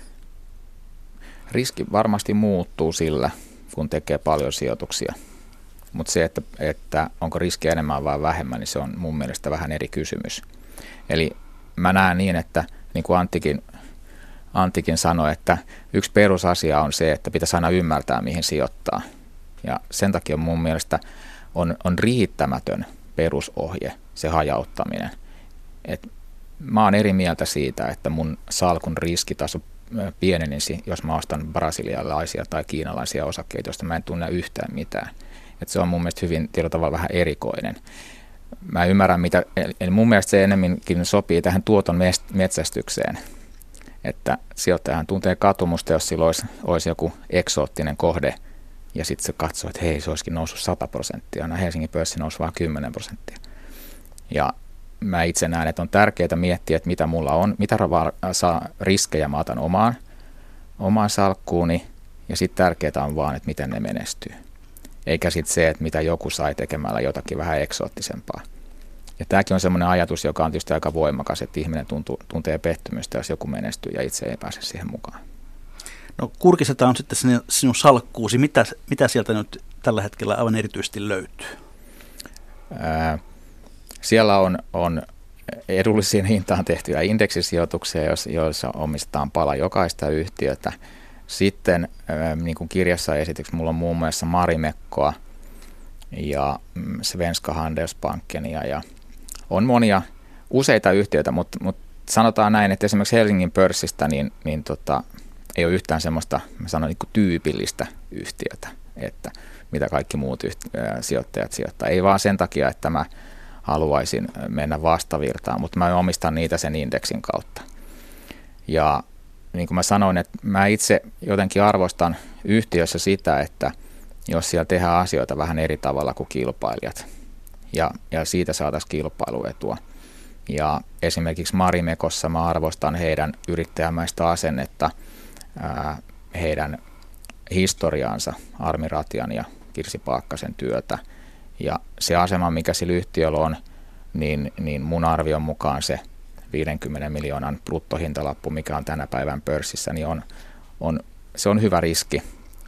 Riski varmasti muuttuu sillä, kun tekee paljon sijoituksia. Mutta se, että onko riskiä enemmän vai vähemmän, niin se on mun mielestä vähän eri kysymys. Eli mä näen niin, että niin kuin Anttikin sanoi, että yksi perusasia on se, että pitäisi aina ymmärtää, mihin sijoittaa. Ja sen takia mun mielestä on riittämätön perusohje, se hajauttaminen. Mä oon eri mieltä siitä, että mun salkun riskitaso pienenisi, jos mä ostan brasilialaisia tai kiinalaisia osakkeita, joista mä en tunne yhtään mitään. Et se on mun mielestä hyvin tietyllä tavalla vähän erikoinen. Mä ymmärrän, eli mun mielestä se enemmänkin sopii tähän tuoton metsästykseen. Että sijoittajahan tuntee katumusta, jos sillä olisi joku eksoottinen kohde, ja sitten se katsoo, että hei, se olisikin noussut 100%, no Helsingin pörssi nousi vain 10%. Ja mä itse näen, että on tärkeää miettiä, että mitä mulla on, mitä riskejä mä otan omaan salkkuuni, ja sitten tärkeää on vaan, että miten ne menestyy. Eikä sitten se, että mitä joku sai tekemällä jotakin vähän eksoottisempaa. Ja tämäkin on semmoinen ajatus, joka on tietysti aika voimakas, että ihminen tuntee pettymystä, jos joku menestyy ja itse ei pääse siihen mukaan. No kurkistetaan sitten sinun salkkuusi. Mitä sieltä nyt tällä hetkellä aivan erityisesti löytyy? Siellä on edullisiin hintaan tehtyjä indeksisijoituksia, joissa omistetaan pala jokaista yhtiötä. Sitten niin kuin kirjassa esitykset, mulla on muun muassa Marimekkoa ja Svenska Handelsbankenia ja on useita yhtiöitä, mutta sanotaan näin, että esimerkiksi Helsingin pörssistä niin ei ole yhtään semmoista, mä sanon, niin kuin tyypillistä yhtiötä, että mitä kaikki muut sijoittajat sijoittaa. Ei vaan sen takia, että mä haluaisin mennä vastavirtaan, mutta mä omistan niitä sen indeksin kautta. Ja niin kuin mä sanoin, että mä itse jotenkin arvostan yhtiössä sitä, että jos siellä tehdään asioita vähän eri tavalla kuin kilpailijat ja siitä saataisiin kilpailuetua. Ja esimerkiksi Marimekossa mä arvostan heidän yrittäjämäistä asennetta, heidän historiaansa, Armi Ratian ja Kirsi Paakkasen työtä. Ja se asema, mikä sillä yhtiöllä on niin mun arvion mukaan se 50 miljoonan bruttohintalappu, mikä on tänä päivän pörssissä, niin se on hyvä riski.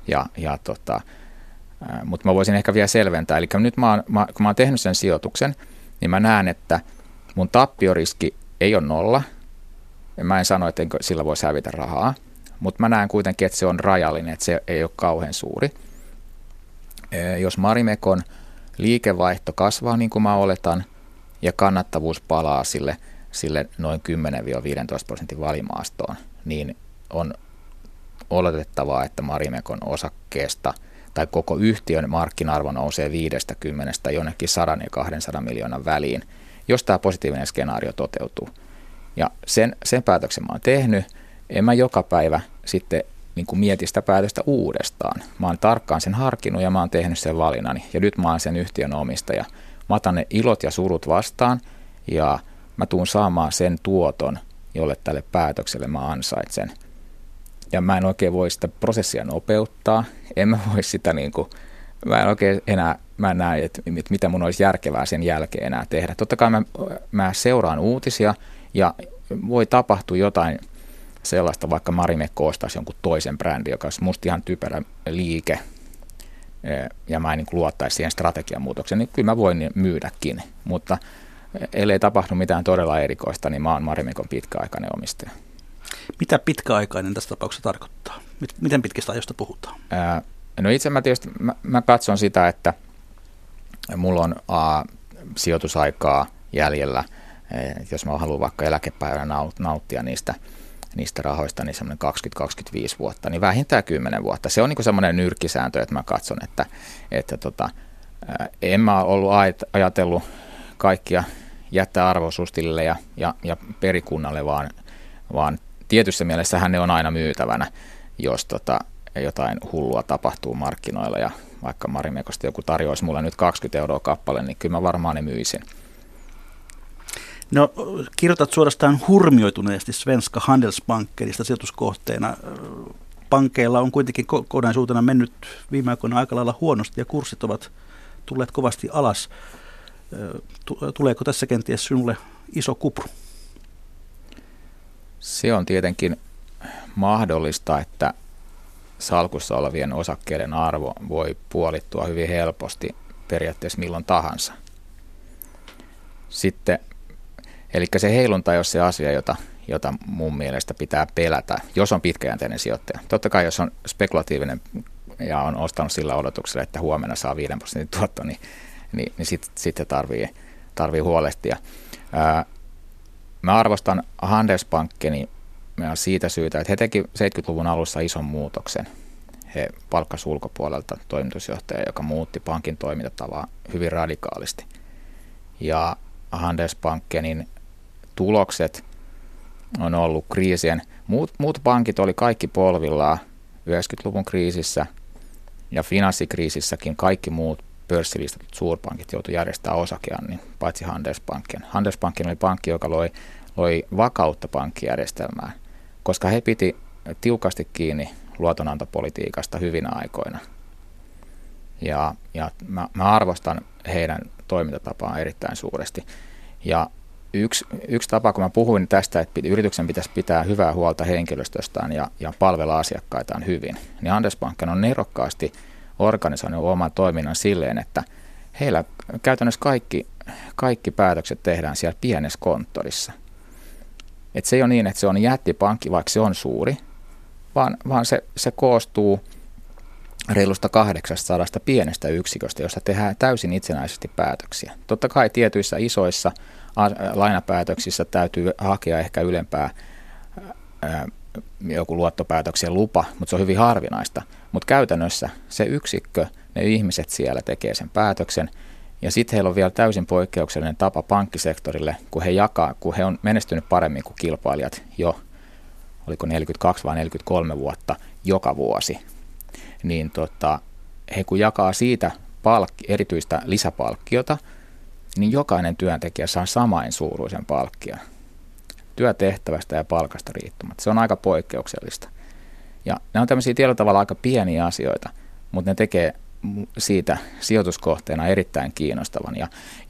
Mutta mä voisin ehkä vielä selventää. Eli nyt kun mä oon tehnyt sen sijoituksen, niin mä näen, että mun tappioriski ei ole 0. Mä en sano, että sillä voisi hävitä rahaa, mutta mä näen kuitenkin, että se on rajallinen, että se ei ole kauhean suuri. Jos Marimekon liikevaihto kasvaa niin kuin mä oletan ja kannattavuus palaa sille noin 10-15% valimaastoon, niin on oletettavaa, että Marimekon osakkeesta tai koko yhtiön markkina-arvo nousee 50 jonnekin 100 ja 200 miljoonan väliin, jos tämä positiivinen skenaario toteutuu. Ja sen päätöksen mä oon tehnyt. En mä joka päivä sitten niin kuin mieti sitä päätöstä uudestaan. Mä oon tarkkaan sen harkinnut ja mä oon tehnyt sen valinnani. Ja nyt mä oon sen yhtiön omistaja. Mä otan ne ilot ja surut vastaan ja mä tuun saamaan sen tuoton, jolle tälle päätökselle mä ansaitsen. Ja mä en oikein voi sitä prosessia nopeuttaa. En mä voi sitä niin kuin, mä en oikein enää, mä en näe, että mitä mun olisi järkevää sen jälkeen enää tehdä. Totta kai mä seuraan uutisia ja voi tapahtua jotain sellaista, vaikka Marimekko ostaisi jonkun toisen brändin, joka olisi musta ihan typerä liike, ja mä en niin luottaisi siihen strategiamuutokseen, niin kyllä mä voin myydäkin, mutta ellei tapahdu mitään todella erikoista, niin mä oon Marimekon pitkäaikainen omistaja. Mitä pitkäaikainen tässä tapauksessa tarkoittaa? Miten pitkistä ajoista puhutaan? No itse mä tietysti mä katson sitä, että mulla on sijoitusaikaa jäljellä, jos mä haluan vaikka eläkepäivänä nauttia niistä rahoista, niin semmoinen 20-25 vuotta, niin vähintään 10 vuotta. Se on niin semmoinen nyrkkisääntö, että mä katson, että en mä ollut ajatellut kaikkia jättää arvoisuustilille ja perikunnalle, vaan tietyssä mielessähän ne on aina myytävänä, jos jotain hullua tapahtuu markkinoilla ja vaikka Marimekosta joku tarjoaisi mulle nyt 20 € kappale, niin kyllä mä varmaan ne myisin. No, kirjoitat suorastaan hurmioituneesti Svenska Handelsbankenista sijoituskohteena. Pankeilla on kuitenkin kokonaisuutena mennyt viime aikoina aika lailla huonosti ja kurssit ovat tulleet kovasti alas. Tuleeko tässä kenties sinulle iso kupru? Se on tietenkin mahdollista, että salkussa olevien osakkeiden arvo voi puolittua hyvin helposti periaatteessa milloin tahansa. Sitten, eli se heilunta ei ole se asia, jota mun mielestä pitää pelätä, jos on pitkäjänteinen sijoittaja. Totta kai jos on spekulatiivinen ja on ostanut sillä odotuksella, että huomenna saa 5% tuotto, niin sitten tarvii huolehtia. Mä arvostan Handelsbankeni siitä syytä, että he teki 70-luvun alussa ison muutoksen. He palkkasivat ulkopuolelta toimitusjohtaja, joka muutti pankin toimintatavaa hyvin radikaalisti. Ja Handelsbankenin tulokset on ollut kriisien. Muut pankit oli kaikki polvillaan 90-luvun kriisissä ja finanssikriisissäkin kaikki muut pörssilistatut suurpankit joutui järjestämään osakeannin, paitsi Handelsbanken. Handelsbanken oli pankki, joka loi vakautta pankkijärjestelmään, koska he piti tiukasti kiinni luotonantopolitiikasta hyvinä aikoina. Ja mä arvostan heidän toimintatapaan erittäin suuresti. Ja yksi tapa, kun mä puhuin tästä, että yrityksen pitäisi pitää hyvää huolta henkilöstöstään ja palvella asiakkaitaan hyvin, niin Handelsbanken on nerokkaasti organisoinut oman toiminnan silleen, että heillä käytännössä kaikki päätökset tehdään siellä pienessä konttorissa. Et se ei ole niin, että se on jättipankki, vaikka se on suuri, vaan se koostuu reilusta 800 pienestä yksiköstä, jossa tehdään täysin itsenäisesti päätöksiä. Totta kai tietyissä isoissa lainapäätöksissä täytyy hakea ehkä ylempää joku luottopäätöksen lupa, mutta se on hyvin harvinaista. Mutta käytännössä se yksikkö, ne ihmiset siellä tekee sen päätöksen, ja sitten heillä on vielä täysin poikkeuksellinen tapa pankkisektorille, kun he on menestynyt paremmin kuin kilpailijat jo, oliko 42 vai 43 vuotta joka vuosi, niin he kun jakaa siitä erityistä lisäpalkkiota, niin jokainen työntekijä saa samain suuruisen palkkion työtehtävästä ja palkasta riippumatta. Se on aika poikkeuksellista. Ja nämä on tämmöisiä tietyllä tavalla aika pieniä asioita, mutta ne tekee siitä sijoituskohteena erittäin kiinnostavan. Ja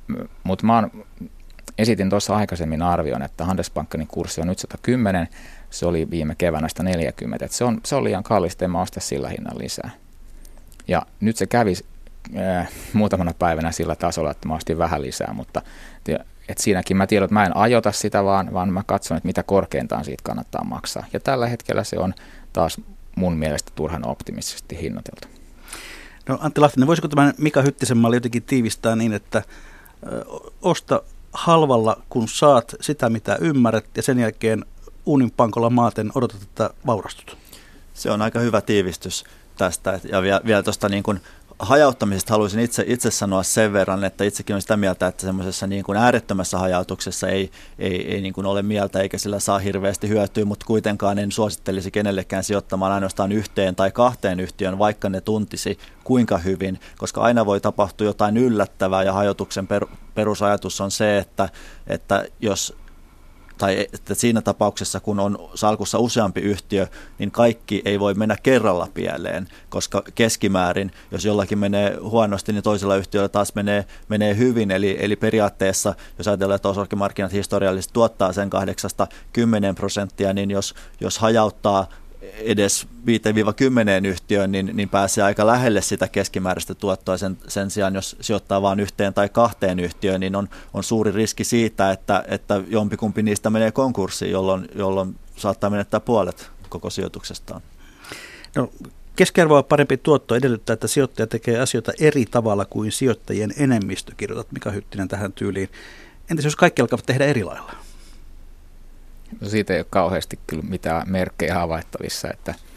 Mutta mä esitin tuossa aikaisemmin arvion, että Handelsbankenin kurssi on nyt 110, se oli viime keväänä 140, että se on liian kallista, en mä osta sillä hinnan lisää. Ja nyt se kävi muutamana päivänä sillä tasolla, että mä ostin vähän lisää, mutta et siinäkin mä tiedän, että mä en ajoita sitä, vaan mä katson, että mitä korkeintaan siitä kannattaa maksaa. Ja tällä hetkellä se on taas mun mielestä turhan optimistisesti hinnoiteltu. No Antti Lahtinen, voisiko tämän Mika Hyttisen malli jotenkin tiivistää niin, että osta halvalla kun saat sitä mitä ymmärrät ja sen jälkeen uunin pankolla maaten odotat, että vaurastut? Se on aika hyvä tiivistys tästä. Ja vielä tuosta niin kuin hajauttamisesta haluaisin itse sanoa sen verran, että itsekin olen sitä mieltä, että semmoisessa niin kuin äärettömässä hajautuksessa ei niin kuin ole mieltä eikä sillä saa hirveästi hyötyä, mutta kuitenkaan en suosittelisi kenellekään sijoittamaan ainoastaan yhteen tai kahteen yhtiön, vaikka ne tuntisi kuinka hyvin, koska aina voi tapahtua jotain yllättävää ja hajautuksen perusajatus on se, että jos tai että siinä tapauksessa, kun on salkussa useampi yhtiö, niin kaikki ei voi mennä kerralla pieleen, koska keskimäärin, jos jollakin menee huonosti, niin toisella yhtiöllä taas menee hyvin. Eli periaatteessa, jos ajatellaan, että osakemarkkinat historiallisesti tuottaa sen 8-10%, niin jos hajauttaa edes 5-10 yhtiöön, niin pääsee aika lähelle sitä keskimääräistä tuottoa. Sen sijaan, jos sijoittaa vain yhteen tai kahteen yhtiöön, niin on suuri riski siitä, että jompikumpi niistä menee konkurssiin, jolloin saattaa menettää puolet koko sijoituksestaan. No, keskiarvoa parempi tuotto edellyttää, että sijoittaja tekee asioita eri tavalla kuin sijoittajien enemmistö, kirjoitat Mika Hyttinen tähän tyyliin. Entäs jos kaikki alkavat tehdä eri lailla? No siitä ei ole kauheasti kyllä mitään merkkejä havaittavissa,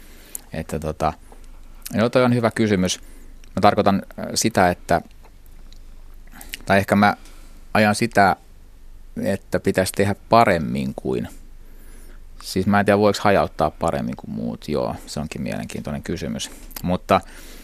joo, toi on hyvä kysymys. Mä tarkoitan sitä, tai ehkä mä ajan sitä, että pitäisi tehdä paremmin kuin, siis mä en tiedä voiko hajauttaa paremmin kuin muut, joo, se onkin mielenkiintoinen kysymys, mutta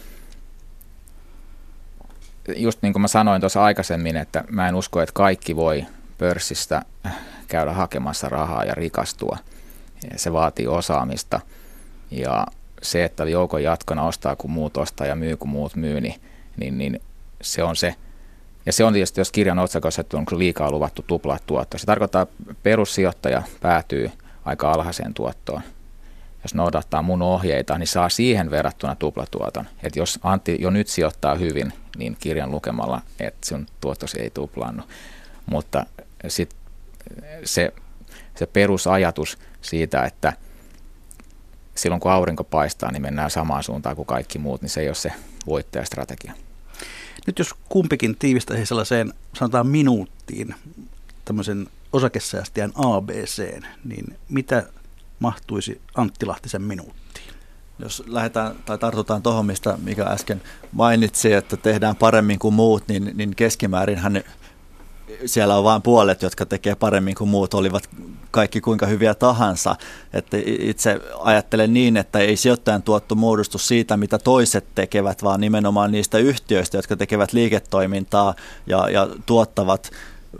just niin kuin mä sanoin tuossa aikaisemmin, että mä en usko, että kaikki voi pörssistä käydä hakemassa rahaa ja rikastua. Se vaatii osaamista ja se, että joukon jatkona ostaa kun muut ostaa ja myy kun muut myy, niin se on se. Ja se on tietysti, jos kirjan otsakossa on liikaa luvattu tuplaa tuottoa. Se tarkoittaa, että perussijoittaja päätyy aika alhaiseen tuottoon. Jos noudattaa mun ohjeita, niin saa siihen verrattuna tuplatuoton. Että jos Antti jo nyt sijoittaa hyvin, niin kirjan lukemalla, että sun tuottosi ei tuplaannu. Mutta sitten se perusajatus siitä, että silloin kun aurinko paistaa, niin mennään samaan suuntaan kuin kaikki muut, niin se ei ole se voittajastrategia. Nyt jos kumpikin tiivistäisi sellaiseen, sanotaan minuuttiin, tämmöisen osakesäästäjän ABC, niin mitä mahtuisi Antti Lahtisen minuuttiin? Jos lähdetään tai tartutaan tuohon, mistä mikä äsken mainitsi, että tehdään paremmin kuin muut, niin keskimäärin siellä on vain puolet, jotka tekee paremmin kuin muut, olivat kaikki kuinka hyviä tahansa. Että itse ajattelen niin, että ei sijoittajan tuotto muodostu siitä, mitä toiset tekevät, vaan nimenomaan niistä yhtiöistä, jotka tekevät liiketoimintaa ja tuottavat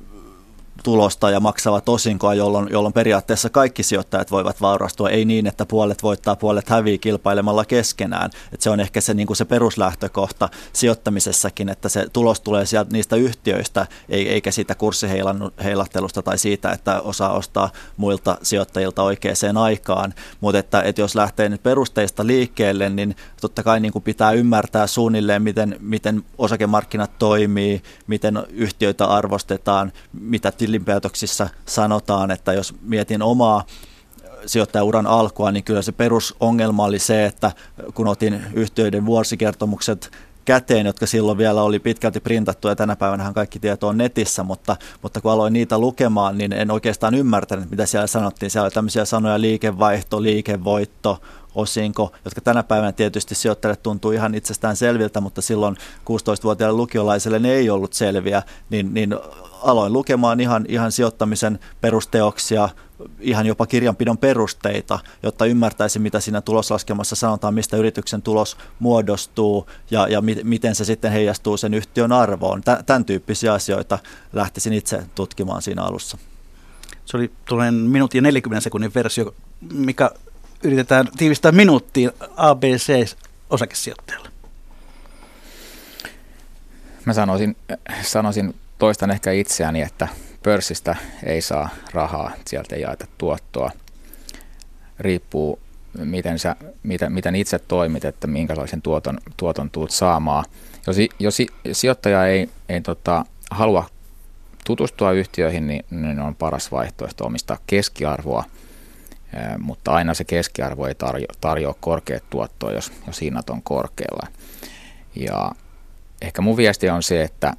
tulosta ja maksavat osinkoa, jolloin periaatteessa kaikki sijoittajat voivat vaurastua. Ei niin, että puolet voittaa, puolet hävii kilpailemalla keskenään. Et se on ehkä se, niin kuin se peruslähtökohta sijoittamisessakin, että se tulos tulee sieltä niistä yhtiöistä, eikä siitä kurssiheilattelusta tai siitä, että osaa ostaa muilta sijoittajilta oikeaan aikaan. Mutta että jos lähtee nyt perusteista liikkeelle, niin totta kai niin kuin pitää ymmärtää suunnilleen, miten osakemarkkinat toimii, miten yhtiöitä arvostetaan, mitä tilinpäätöksissä sanotaan, että jos mietin omaa sijoittajauran alkua, niin kyllä se perusongelma oli se, että kun otin yhtiöiden vuosikertomukset käteen, jotka silloin vielä oli pitkälti printattu ja tänä päivänä kaikki tieto on netissä, mutta kun aloin niitä lukemaan, niin en oikeastaan ymmärtänyt, mitä siellä sanottiin. Siellä oli tämmöisiä sanoja liikevaihto, liikevoitto, osinko, jotka tänä päivänä tietysti sijoittajille tuntuu ihan itsestään selviltä, mutta silloin 16-vuotiaille lukiolaiselle ne ei ollut selviä, niin aloin lukemaan ihan sijoittamisen perusteoksia, ihan jopa kirjanpidon perusteita, jotta ymmärtäisin, mitä siinä tuloslaskelmassa sanotaan, mistä yrityksen tulos muodostuu ja miten se sitten heijastuu sen yhtiön arvoon. Tämän tyyppisiä asioita lähtisin itse tutkimaan siinä alussa. Se oli tuollainen minuutin ja 40 sekunnin versio, mikä yritetään tiivistää minuuttiin ABC-osakesijoittajalle. Mä sanoisin toistan ehkä itseäni, että pörssistä ei saa rahaa, sieltä ei jaeta tuottoa. Riippuu, miten itse toimit, että minkälaisen tuoton tuut saamaan. Jos sijoittaja ei halua tutustua yhtiöihin, niin on paras vaihtoehto omistaa keskiarvoa, mutta aina se keskiarvo ei tarjoa korkeat tuottoa, jos hinnat on korkealla. Ja ehkä mun viesti on se, että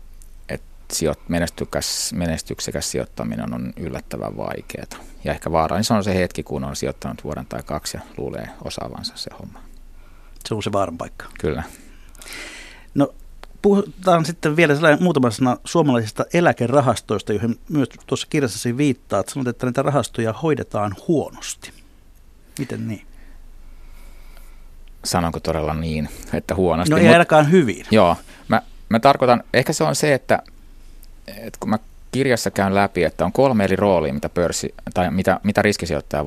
menestyksekäs sijoittaminen on yllättävän vaikeaa. Ja ehkä vaarallinen on se hetki, kun on sijoittanut vuoden tai 2 ja luulee osaavansa se homma. Se on se vaaran paikka. Kyllä. No, puhutaan sitten vielä muutama sana suomalaisista eläkerahastoista, joihin myös tuossa kirjassasi viittaat. Sanot, että näitä rahastoja hoidetaan huonosti. Miten niin? Sanonko todella niin, että huonosti? No ei ainakaan hyvin. Joo. Mä tarkoitan, ehkä se on se, että kun mä kirjassa käyn läpi, että on 3 eri roolia, mitä riskisijoittaja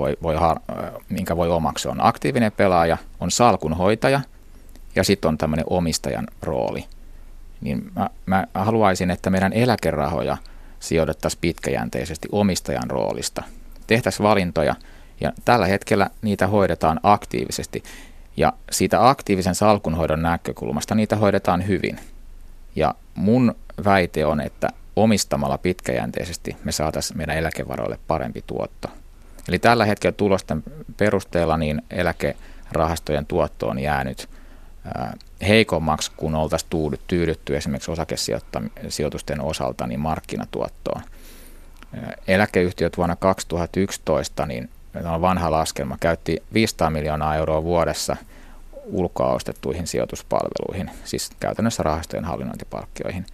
minkä voi omaksua. On aktiivinen pelaaja, on salkunhoitaja ja sitten on tämmöinen omistajan rooli. Niin mä haluaisin, että meidän eläkerahoja sijoitettaisiin pitkäjänteisesti omistajan roolista. Tehtäisiin valintoja ja tällä hetkellä niitä hoidetaan aktiivisesti. Ja siitä aktiivisen salkunhoidon näkökulmasta niitä hoidetaan hyvin. Ja mun väite on, että omistamalla pitkäjänteisesti me saataisiin meidän eläkevaroille parempi tuotto. Eli tällä hetkellä tulosten perusteella niin eläkerahastojen tuotto on jäänyt heikommaksi, kun oltaisiin tyydytty esimerkiksi osakesijoitusten osalta niin markkinatuottoon. Eläkeyhtiöt vuonna 2011, niin on vanha laskelma, käytti 500 miljoonaa euroa vuodessa ulkoa ostettuihin sijoituspalveluihin, siis käytännössä rahastojen hallinnointipalkkioihin.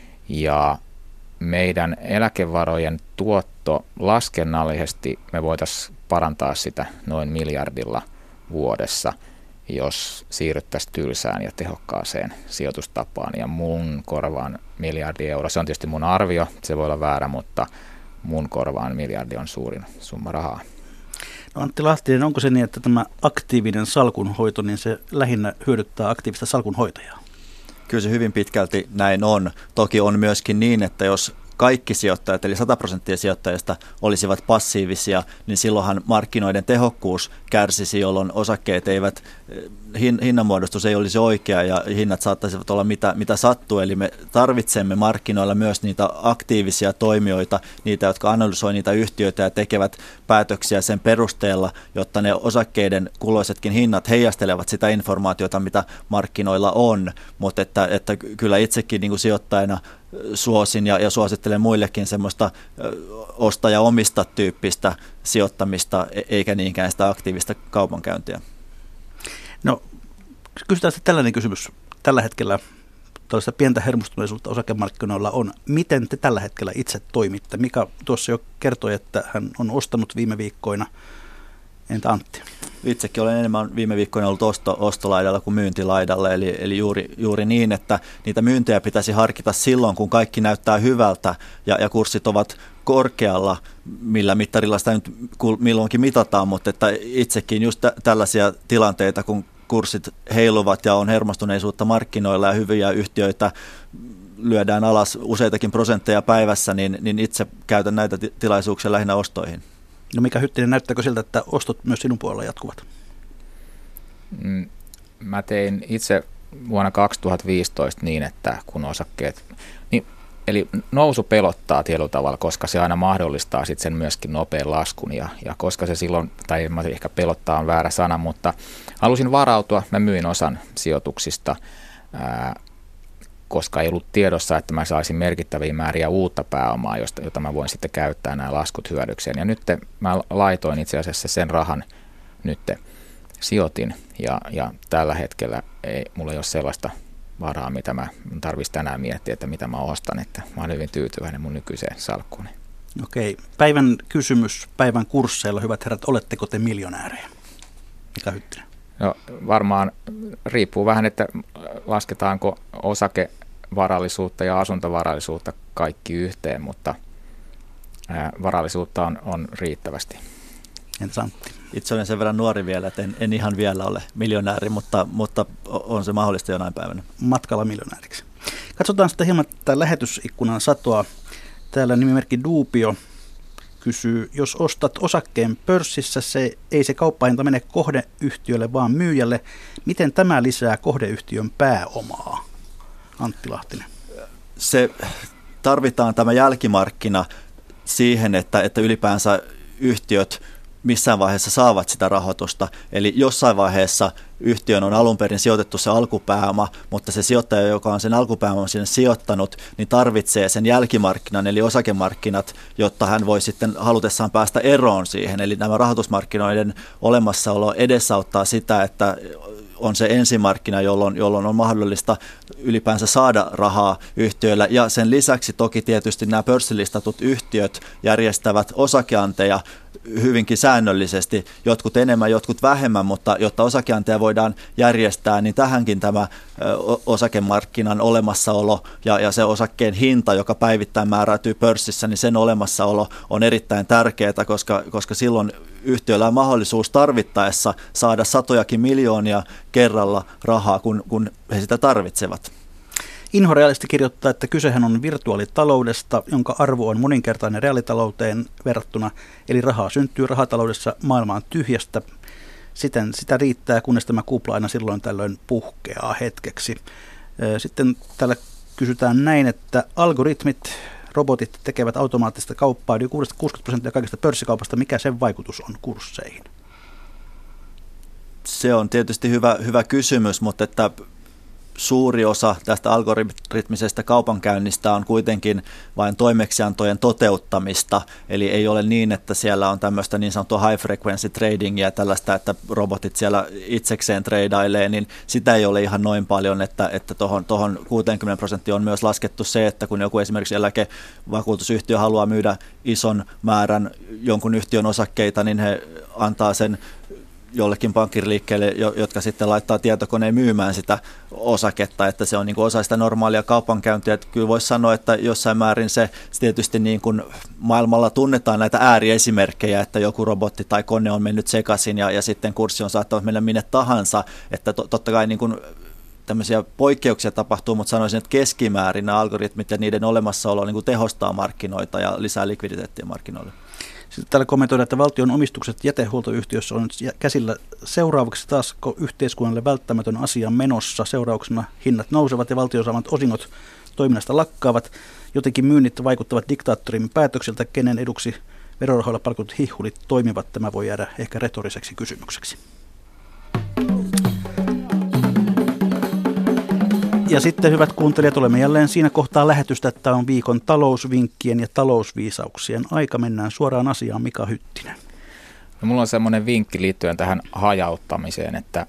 Ja meidän eläkevarojen tuotto laskennallisesti me voitaisiin parantaa sitä noin miljardilla vuodessa, jos siirryttäisiin tylsään ja tehokkaaseen sijoitustapaan. Ja mun korvaan miljardi euroa, se on tietysti mun arvio, se voi olla väärä, mutta mun korvaan miljardi on suurin summa rahaa. No Antti Lahtinen, onko se niin, että tämä aktiivinen salkunhoito, niin se lähinnä hyödyttää aktiivista salkunhoitajaa? Kyllä se hyvin pitkälti näin on. Toki on myöskin niin, että jos kaikki sijoittajat, eli 100% sijoittajista olisivat passiivisia, niin silloinhan markkinoiden tehokkuus kärsisi, jolloin osakkeet eivät, hinnanmuodostus ei olisi oikea ja hinnat saattaisivat olla mitä sattuu. Eli me tarvitsemme markkinoilla myös niitä aktiivisia toimijoita, niitä, jotka analysoivat niitä yhtiöitä ja tekevät päätöksiä sen perusteella, jotta ne osakkeiden kulloisetkin hinnat heijastelevat sitä informaatiota, mitä markkinoilla on. Mutta että kyllä itsekin niin kuin sijoittajana suosin ja suosittelen muillekin semmoista osta ja omista tyyppistä sijoittamista, eikä niinkään sitä aktiivista kaupankäyntiä. No, kysytään sitten tällainen kysymys. Tällä hetkellä tällaista pientä hermostuneisuutta osakemarkkinoilla on. Miten te tällä hetkellä itse toimitte? Mika tuossa jo kertoi, että hän on ostanut viime viikkoina. Entä Antti? Itsekin olen enemmän viime viikkoina ollut ostolaidalla kuin myyntilaidalla, eli juuri niin, että niitä myyntejä pitäisi harkita silloin, kun kaikki näyttää hyvältä ja kurssit ovat korkealla, millä mittarilla sitä nyt milloinkin mitataan, mutta että itsekin just tällaisia tilanteita, kun kurssit heiluvat ja on hermostuneisuutta markkinoilla ja hyviä yhtiöitä lyödään alas useitakin prosentteja päivässä, niin itse käytän näitä tilaisuuksia lähinnä ostoihin. No Mika Hyttinen, näyttääkö siltä, että ostot myös sinun puolella jatkuvat? Mä tein itse vuonna 2015 niin, että kun osakkeet, eli nousu pelottaa tietyllä tavalla, koska se aina mahdollistaa sitten sen myöskin nopean laskun ja koska se silloin, tai ehkä pelottaa on väärä sana, mutta halusin varautua, mä myin osan sijoituksista, koska ei ollut tiedossa, että mä saisin merkittäviä määriä uutta pääomaa, jota mä voin sitten käyttää nämä laskut hyödykseen. Ja nyt mä laitoin itse asiassa sen rahan nyt sijoitin ja tällä hetkellä mulla ei ole sellaista varaa, mitä mä tarvitsin tänään miettiä, että mitä mä ostan, että mä olen hyvin tyytyväinen mun nykyiseen salkkuuni. Okei. Päivän kysymys päivän kursseilla, hyvät herrat, oletteko te miljonäärejä? Mika Hyttinen. No varmaan riippuu vähän, että lasketaanko osakevarallisuutta ja asuntovarallisuutta kaikki yhteen, mutta varallisuutta on riittävästi. Entäs Antti? Itse olen sen verran nuori vielä, että en ihan vielä ole miljonääri, mutta on se mahdollista jonain päivänä. Matkalla miljonääriksi. Katsotaan sitten hieman tätä lähetysikkunan satoa. Täällä nimimerkki Duubio kysyy, jos ostat osakkeen pörssissä, ei se kauppahinta mene kohdeyhtiölle, vaan myyjälle. Miten tämä lisää kohdeyhtiön pääomaa? Antti Lahtinen. Se tarvitaan tämä jälkimarkkina siihen, että ylipäänsä yhtiöt missään vaiheessa saavat sitä rahoitusta. Eli jossain vaiheessa yhtiön on alun perin sijoitettu se alkupääoma, mutta se sijoittaja, joka on sen alkupääoman sinne sijoittanut, niin tarvitsee sen jälkimarkkinan, eli osakemarkkinat, jotta hän voi sitten halutessaan päästä eroon siihen. Eli nämä rahoitusmarkkinoiden olemassaolo edesauttaa sitä, että on se ensimarkkina, jolloin on mahdollista ylipäänsä saada rahaa yhtiöillä. Ja sen lisäksi toki tietysti nämä pörssilistatut yhtiöt järjestävät osakeanteja hyvinkin säännöllisesti, jotkut enemmän, jotkut vähemmän, mutta jotta osakeanteja voidaan järjestää, niin tähänkin tämä osakemarkkinan olemassaolo ja se osakkeen hinta, joka päivittäin määräytyy pörssissä, niin sen olemassaolo on erittäin tärkeää, koska silloin yhtiöllä on mahdollisuus tarvittaessa saada satojakin miljoonia kerralla rahaa, kun he sitä tarvitsevat. Inhorealisti kirjoittaa, että kysehän on virtuaalitaloudesta, jonka arvo on moninkertainen reaalitalouteen verrattuna, eli rahaa syntyy rahataloudessa maailmaan tyhjästä. Siten sitä riittää, kunnes tämä kupla aina silloin tällöin puhkeaa hetkeksi. Sitten täällä kysytään näin, että algoritmit, robotit tekevät automaattista kauppaa yli 60% kaikista pörssikaupasta. Mikä sen vaikutus on kursseihin? Se on tietysti hyvä kysymys, mutta että suuri osa tästä algoritmisesta kaupankäynnistä on kuitenkin vain toimeksiantojen toteuttamista, eli ei ole niin, että siellä on tämmöistä niin sanottua high frequency tradingia, tällaista, että robotit siellä itsekseen treidailee, niin sitä ei ole ihan noin paljon, että tuohon 60% on myös laskettu se, että kun joku esimerkiksi eläkevakuutusyhtiö haluaa myydä ison määrän jonkun yhtiön osakkeita, niin he antaa sen jollekin pankkiriliikkeelle, jotka sitten laittaa tietokoneen myymään sitä osaketta, että se on niin kuin osa sitä normaalia kaupankäyntiä. Että kyllä voisi sanoa, että jossain määrin se tietysti niin kuin maailmalla tunnetaan näitä ääriesimerkkejä, että joku robotti tai kone on mennyt sekaisin ja sitten kurssi on saattanut mennä minne tahansa, että totta kai niin kuin tämmöisiä poikkeuksia tapahtuu, mutta sanoisin, että keskimäärin nämä algoritmit ja niiden olemassaolo niin kuin tehostaa markkinoita ja lisää likviditeettiä markkinoille. Sitten täällä kommentoidaan, että valtion omistukset jätehuoltoyhtiössä on käsillä seuraavaksi taas yhteiskunnalle välttämätön asia menossa. Seurauksena hinnat nousevat ja valtion saamat osingot toiminnasta lakkaavat. Jotenkin myynnit vaikuttavat diktaattorin päätöksiltä, kenen eduksi verorahoilla palkatut hihhulit toimivat. Tämä voi jäädä ehkä retoriseksi kysymykseksi. Ja sitten, hyvät kuuntelijat, olemme jälleen siinä kohtaa lähetystä, että on viikon talousvinkkien ja talousviisauksien aika. Mennään suoraan asiaan. Mika Hyttinen. No, mulla on semmoinen vinkki liittyen tähän hajauttamiseen, että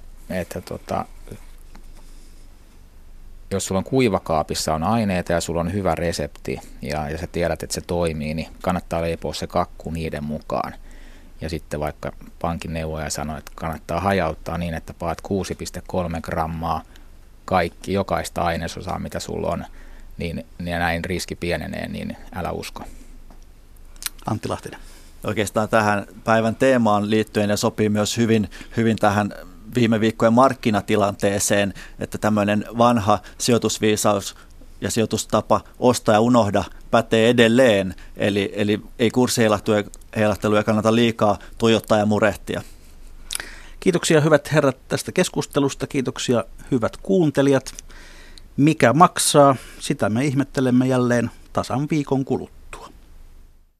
jos sulla on kuivakaapissa on aineita ja sulla on hyvä resepti ja sä tiedät, että se toimii, niin kannattaa leipoa se kakku niiden mukaan. Ja sitten vaikka pankin neuvoja sanoo, että kannattaa hajauttaa niin, että paat 6,3 grammaa jokaista ainesosaa, mitä sulla on, niin näin riski pienenee, niin älä usko. Antti Lahtinen. Oikeastaan tähän päivän teemaan liittyen ja sopii myös hyvin tähän viime viikkojen markkinatilanteeseen, että tämmöinen vanha sijoitusviisaus ja sijoitustapa osta ja unohda pätee edelleen, eli ei kurssiheilahteluja kannata liikaa tuijottaa ja murehtia. Kiitoksia hyvät herrat tästä keskustelusta, kiitoksia hyvät kuuntelijat. Mikä maksaa, sitä me ihmettelemme jälleen tasan viikon kuluttua.